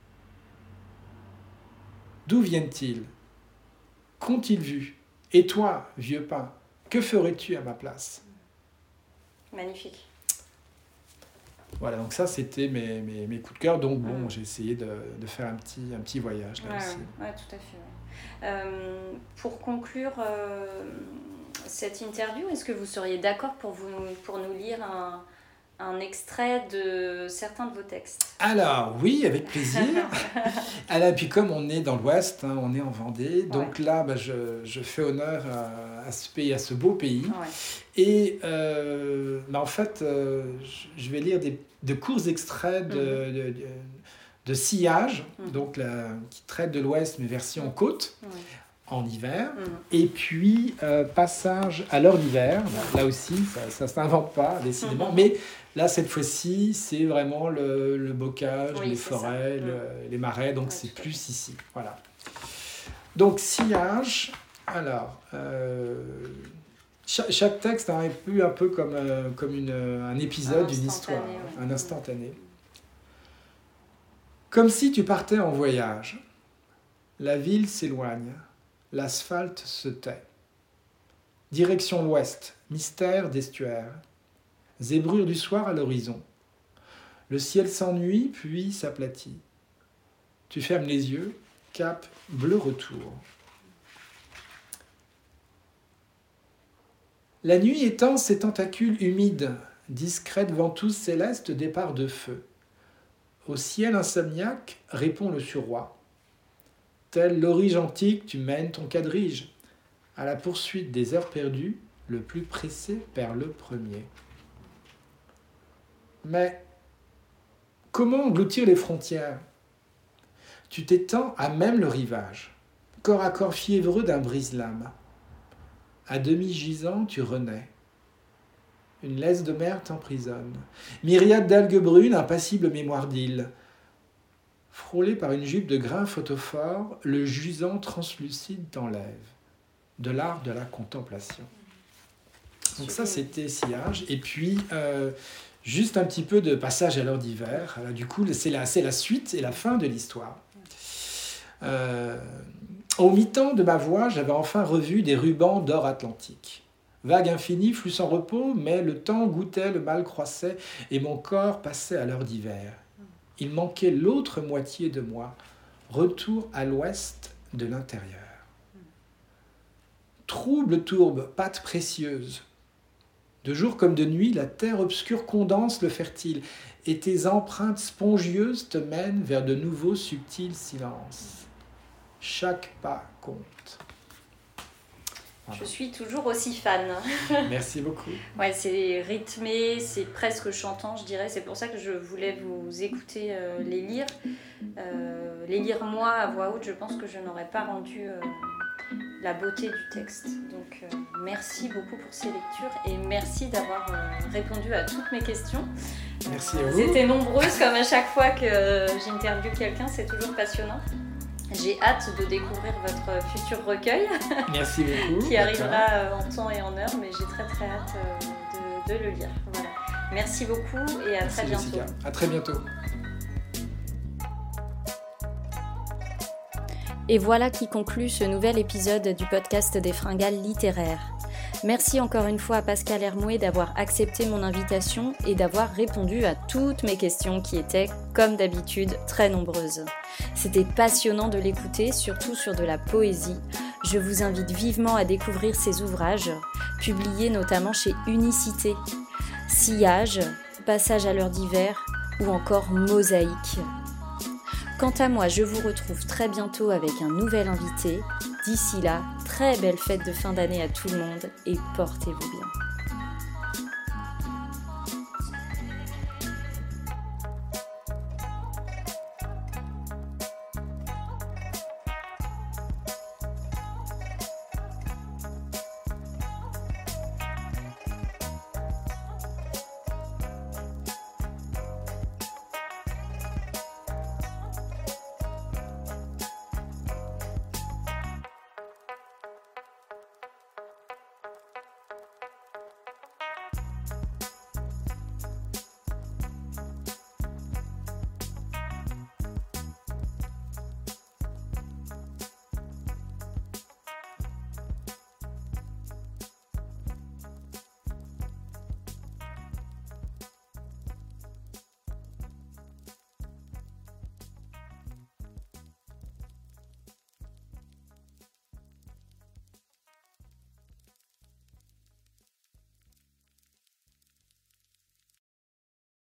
D'où viennent-ils ? Qu'ont-ils vu ? Et toi, vieux pin, que ferais-tu à ma place ? Magnifique. Voilà, donc ça, c'était mes, mes, mes coups de cœur. Donc, bon, mmh. j'ai essayé de, de faire un petit, un petit voyage là ouais, aussi. Oui, tout à fait. Ouais. Euh, pour conclure euh, cette interview, est-ce que vous seriez d'accord pour, vous, pour nous lire un... un extrait de certains de vos textes? Alors, oui, avec plaisir. Alors, puis comme on est dans l'Ouest, hein, on est en Vendée, donc ouais. là, bah, je, je fais honneur à, à ce pays, à ce beau pays. Ouais. Et euh, bah, en fait, euh, je vais lire des, de courts extraits de, mm-hmm. de, de, de Sillage, mm-hmm. donc la, qui traite de l'Ouest, mais version côte. Ouais. En hiver, mmh. et puis euh, passage à l'heure d'hiver, là, là aussi ça ne s'invente pas décidément, mmh. mais là cette fois-ci c'est vraiment le, le bocage, oui, les forêts, le, mmh. les marais, donc ouais, c'est plus ici, voilà. Donc Sillage, alors euh, chaque, chaque texte est un peu, un peu comme, euh, comme une, un épisode d'une histoire, ouais. un instantané. Comme si tu partais en voyage, La ville s'éloigne, l'asphalte se tait. Direction l'ouest, mystère d'estuaire. Zébrure du soir à l'horizon. Le ciel s'ennuie, puis s'aplatit. Tu fermes les yeux, cap bleu retour. La nuit étend ses tentacules humides, discrète ventouse céleste départ de feu. Au ciel insomniaque répond le surroi. Tel l'orige antique, tu mènes ton quadrige. À la poursuite des heures perdues, le plus pressé perd le premier. Mais comment engloutir les frontières ? Tu t'étends à même le rivage, corps à corps fiévreux d'un brise-lame. À demi gisant, tu renais. Une laisse de mer t'emprisonne. Myriade d'algues brunes, impassible mémoire d'île. Frôlé par une jupe de grains photophores, le jusant translucide t'enlève. De l'art de la contemplation. Donc ça, c'était Sillage. Et puis, euh, juste un petit peu de passage à l'heure d'hiver. Alors, du coup, c'est la, c'est la suite et la fin de l'histoire. Euh, au mi-temps de ma voix, j'avais enfin revu des rubans d'or atlantique. Vague infinie, flux sans repos, mais le temps goûtait, le mal croissait, et mon corps passait à l'heure d'hiver. Il manquait l'autre moitié de moi, retour à l'ouest de l'intérieur. Trouble tourbe, pâte précieuse. De jour comme de nuit, la terre obscure condense le fertile, et tes empreintes spongieuses te mènent vers de nouveaux subtils silences. Chaque pas compte. Je suis toujours aussi fan. Merci beaucoup. Ouais, c'est rythmé, c'est presque chantant, je dirais. C'est pour ça que je voulais vous écouter euh, les lire. Euh, les lire moi à voix haute, je pense que je n'aurais pas rendu euh, la beauté du texte. Donc euh, merci beaucoup pour ces lectures et merci d'avoir euh, répondu à toutes mes questions. Merci à vous. Vous étiez nombreuses, comme à chaque fois que euh, j'interviewe quelqu'un, c'est toujours passionnant. J'ai hâte de découvrir votre futur recueil. Merci beaucoup. Qui arrivera en temps et en heure, mais j'ai très très hâte de, de le lire. Voilà. Merci beaucoup et à Merci très bientôt. Jessica. À très bientôt. Et voilà qui conclut ce nouvel épisode du podcast des Fringales littéraires. Merci encore une fois à Pascal Hermouet d'avoir accepté mon invitation et d'avoir répondu à toutes mes questions qui étaient, comme d'habitude, très nombreuses. C'était passionnant de l'écouter, surtout sur de la poésie. Je vous invite vivement à découvrir ses ouvrages, publiés notamment chez Unicité. Sillage, Passage à l'heure d'hiver ou encore Mosaïque. Quant à moi, je vous retrouve très bientôt avec un nouvel invité. D'ici là, très belle fête de fin d'année à tout le monde et portez-vous bien.